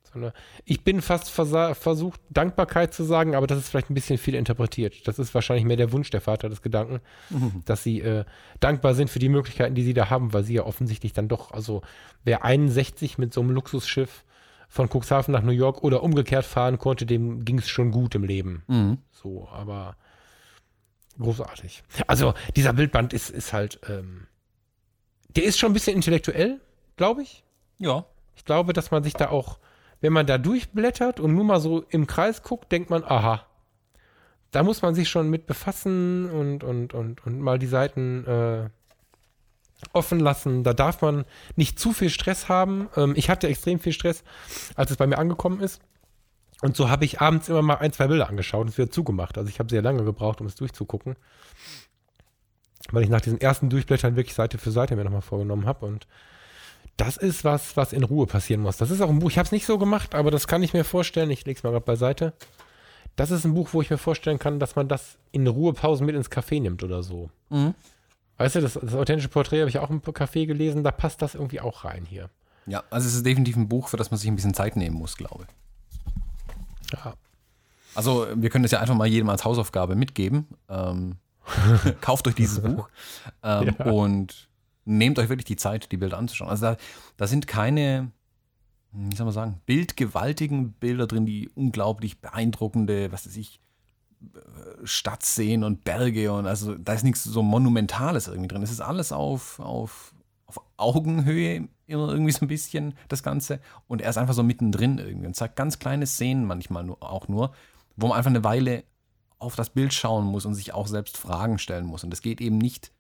Ich bin fast versucht, Dankbarkeit zu sagen, aber das ist vielleicht ein bisschen viel interpretiert. Das ist wahrscheinlich mehr der Wunsch der Vater des Gedanken, dass sie dankbar sind für die Möglichkeiten, die sie da haben, weil sie ja offensichtlich dann doch, also wer 61 mit so einem Luxusschiff von Cuxhaven nach New York oder umgekehrt fahren konnte, dem ging es schon gut im Leben. So, aber großartig. Also dieser Bildband ist halt, der ist schon ein bisschen intellektuell, glaube ich. Ja. Ich glaube, dass man sich da auch, wenn man da durchblättert und nur mal so im Kreis guckt, denkt man, aha, da muss man sich schon mit befassen und mal die Seiten offen lassen. Da darf man nicht zu viel Stress haben. Ich hatte extrem viel Stress, als es bei mir angekommen ist. Und so habe ich abends immer mal 1, 2 Bilder angeschaut und es wieder zugemacht. Also ich habe sehr lange gebraucht, um es durchzugucken. Weil ich nach diesen ersten Durchblättern wirklich Seite für Seite mir nochmal vorgenommen habe. Und das ist was in Ruhe passieren muss. Das ist auch ein Buch, ich habe es nicht so gemacht, aber das kann ich mir vorstellen. Ich lege es mal gerade beiseite. Das ist ein Buch, wo ich mir vorstellen kann, dass man das in Ruhepausen mit ins Café nimmt oder so. Weißt du, das authentische Porträt habe ich auch im Café gelesen, da passt das irgendwie auch rein hier. Ja, also es ist definitiv ein Buch, für das man sich ein bisschen Zeit nehmen muss, glaube ich. Ja. Also wir können das ja einfach mal jedem als Hausaufgabe mitgeben. Kauft euch dieses Buch und nehmt euch wirklich die Zeit, die Bilder anzuschauen. Also da sind keine, wie soll man sagen, bildgewaltigen Bilder drin, die unglaublich beeindruckende, was weiß ich, Stadtseen und Berge und also da ist nichts so Monumentales irgendwie drin. Es ist alles auf Augenhöhe immer irgendwie so ein bisschen das Ganze und er ist einfach so mittendrin irgendwie und zeigt ganz kleine Szenen manchmal nur, wo man einfach eine Weile auf das Bild schauen muss und sich auch selbst Fragen stellen muss. Und das geht eben nicht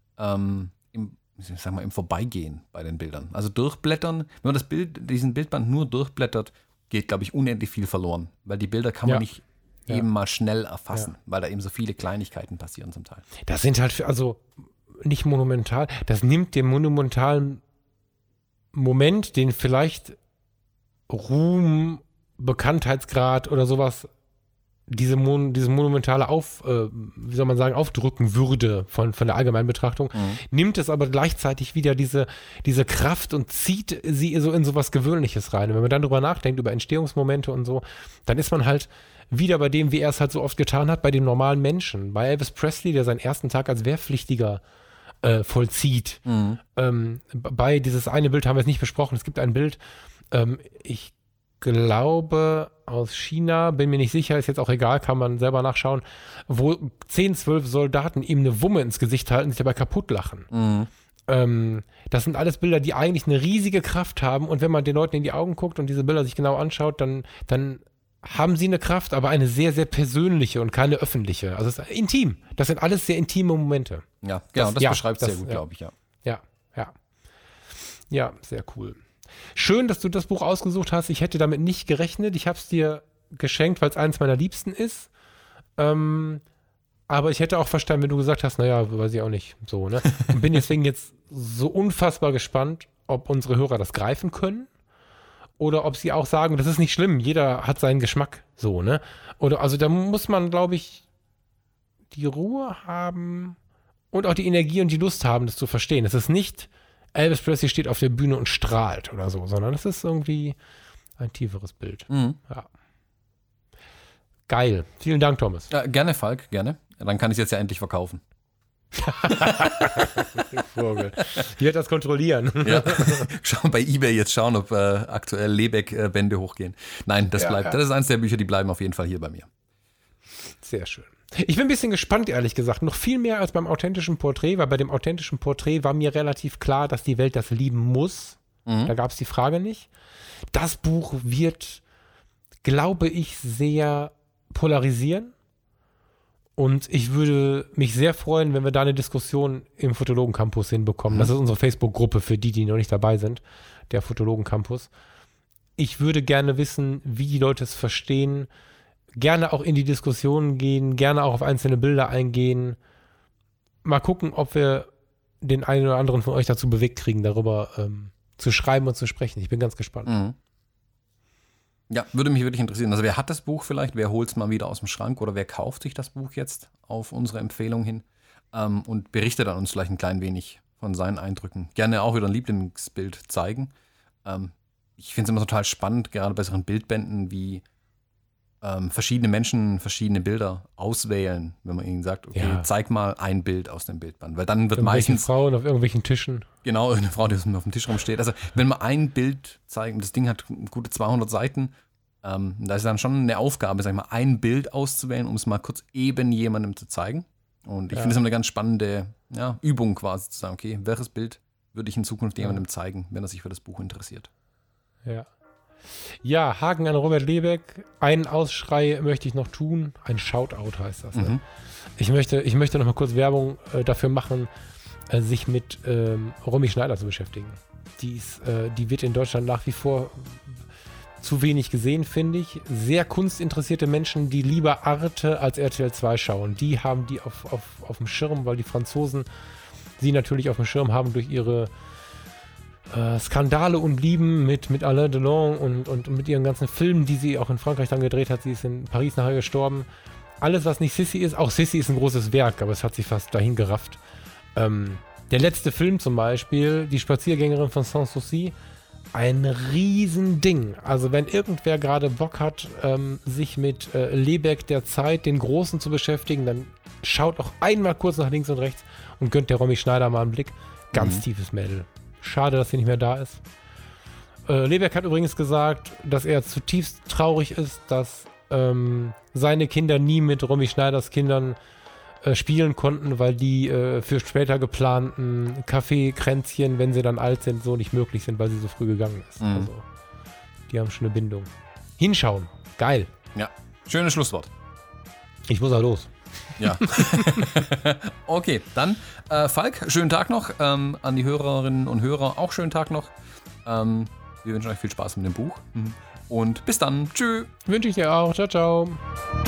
im Vorbeigehen bei den Bildern. Also durchblättern, wenn man diesen Bildband nur durchblättert, geht, glaube ich, unendlich viel verloren. Weil die Bilder kann man nicht eben mal schnell erfassen, weil da eben so viele Kleinigkeiten passieren zum Teil. Das sind halt, also nicht monumental, das nimmt dem monumentalen Moment, den vielleicht Ruhm, Bekanntheitsgrad oder sowas, diese monumentale wie soll man sagen, aufdrücken würde von der allgemeinen Betrachtung, nimmt es aber gleichzeitig wieder diese Kraft und zieht sie so in sowas Gewöhnliches rein. Und wenn man dann drüber nachdenkt, über Entstehungsmomente und so, dann ist man halt wieder bei dem, wie er es halt so oft getan hat, bei dem normalen Menschen. Bei Elvis Presley, der seinen ersten Tag als Wehrpflichtiger vollzieht. Bei dieses eine Bild haben wir jetzt nicht besprochen. Es gibt ein Bild, ich glaube aus China, bin mir nicht sicher, ist jetzt auch egal, kann man selber nachschauen, wo 10, 12 Soldaten ihm eine Wumme ins Gesicht halten, sich dabei kaputt lachen. Das sind alles Bilder, die eigentlich eine riesige Kraft haben und wenn man den Leuten in die Augen guckt und diese Bilder sich genau anschaut, dann haben sie eine Kraft, aber eine sehr, sehr persönliche und keine öffentliche. Also es ist intim. Das sind alles sehr intime Momente. Ja, genau, das beschreibt es sehr gut, glaube ich, ja. Ja, sehr cool. Schön, dass du das Buch ausgesucht hast. Ich hätte damit nicht gerechnet. Ich habe es dir geschenkt, weil es eines meiner Liebsten ist. Aber ich hätte auch verstanden, wenn du gesagt hast, naja, weiß ich auch nicht. So, ne? Und bin deswegen jetzt so unfassbar gespannt, ob unsere Hörer das greifen können. Oder ob sie auch sagen, das ist nicht schlimm, jeder hat seinen Geschmack. So, ne? Oder, also da muss man, glaube ich, die Ruhe haben und auch die Energie und die Lust haben, das zu verstehen. Es ist nicht Elvis Presley steht auf der Bühne und strahlt oder so, sondern es ist irgendwie ein tieferes Bild. Ja. Geil. Vielen Dank, Thomas. Ja, gerne, Falk, gerne. Dann kann ich es jetzt ja endlich verkaufen. Vogel. Ich werde das kontrollieren. Ja. Bei eBay jetzt schauen, ob aktuell Lebeck-Bände hochgehen. Nein, das bleibt. Das ist eins der Bücher, die bleiben auf jeden Fall hier bei mir. Sehr schön. Ich bin ein bisschen gespannt, ehrlich gesagt. Noch viel mehr als beim authentischen Porträt, weil bei dem authentischen Porträt war mir relativ klar, dass die Welt das lieben muss. Da gab es die Frage nicht. Das Buch wird, glaube ich, sehr polarisieren. Und ich würde mich sehr freuen, wenn wir da eine Diskussion im Fotologen Campus hinbekommen. Das ist unsere Facebook-Gruppe für die noch nicht dabei sind, der Fotologen Campus. Ich würde gerne wissen, wie die Leute es verstehen. Gerne auch in die Diskussion gehen, gerne auch auf einzelne Bilder eingehen. Mal gucken, ob wir den einen oder anderen von euch dazu bewegt kriegen, darüber zu schreiben und zu sprechen. Ich bin ganz gespannt. Ja, würde mich wirklich interessieren. Also wer hat das Buch vielleicht? Wer holt es mal wieder aus dem Schrank? Oder wer kauft sich das Buch jetzt auf unsere Empfehlung hin? Und berichtet an uns vielleicht ein klein wenig von seinen Eindrücken. Gerne auch wieder ein Lieblingsbild zeigen. ich finde es immer total spannend, gerade bei solchen Bildbänden, wie verschiedene Menschen verschiedene Bilder auswählen, wenn man ihnen sagt, okay, zeig mal ein Bild aus dem Bildband. Weil dann wird meistens Frauen auf irgendwelchen Tischen. Genau, eine Frau, die auf dem Tisch rumsteht. Also wenn man ein Bild zeigt, das Ding hat gute 200 Seiten, da ist dann schon eine Aufgabe, sag ich mal, ein Bild auszuwählen, um es mal kurz eben jemandem zu zeigen. Und ich finde es eine ganz spannende Übung quasi, zu sagen, okay, welches Bild würde ich in Zukunft jemandem zeigen, wenn er sich für das Buch interessiert. Ja. Ja, Haken an Robert Lebeck. Einen Ausschrei möchte ich noch tun. Ein Shoutout heißt das. Ne? Ich möchte noch mal kurz Werbung dafür machen, sich mit Romy Schneider zu beschäftigen. Die wird in Deutschland nach wie vor zu wenig gesehen, finde ich. Sehr kunstinteressierte Menschen, die lieber Arte als RTL 2 schauen, die haben die auf dem Schirm, weil die Franzosen sie natürlich auf dem Schirm haben durch ihre Skandale und Lieben mit Alain Delon und mit ihren ganzen Filmen, die sie auch in Frankreich dann gedreht hat. Sie ist in Paris nachher gestorben. Alles, was nicht Sissi ist, auch Sissi ist ein großes Werk, aber es hat sich fast dahin gerafft. Der letzte Film zum Beispiel, Die Spaziergängerin von Sanssouci, ein Riesending. Also wenn irgendwer gerade Bock hat, sich mit Lebeck der Zeit, den Großen zu beschäftigen, dann schaut auch einmal kurz nach links und rechts und gönnt der Romy Schneider mal einen Blick. Ganz tiefes Mädel. Schade, dass sie nicht mehr da ist. Lebeck hat übrigens gesagt, dass er zutiefst traurig ist, dass seine Kinder nie mit Romy Schneiders Kindern spielen konnten, weil die für später geplanten Kaffeekränzchen, wenn sie dann alt sind, so nicht möglich sind, weil sie so früh gegangen ist. Also, die haben schon eine Bindung. Hinschauen. Geil. Ja, schönes Schlusswort. Ich muss auch los. Ja. Okay, dann Falk, schönen Tag noch. An die Hörerinnen und Hörer auch schönen Tag noch. Wir wünschen euch viel Spaß mit dem Buch. Und bis dann. Tschüss. Wünsche ich dir auch. Ciao, ciao.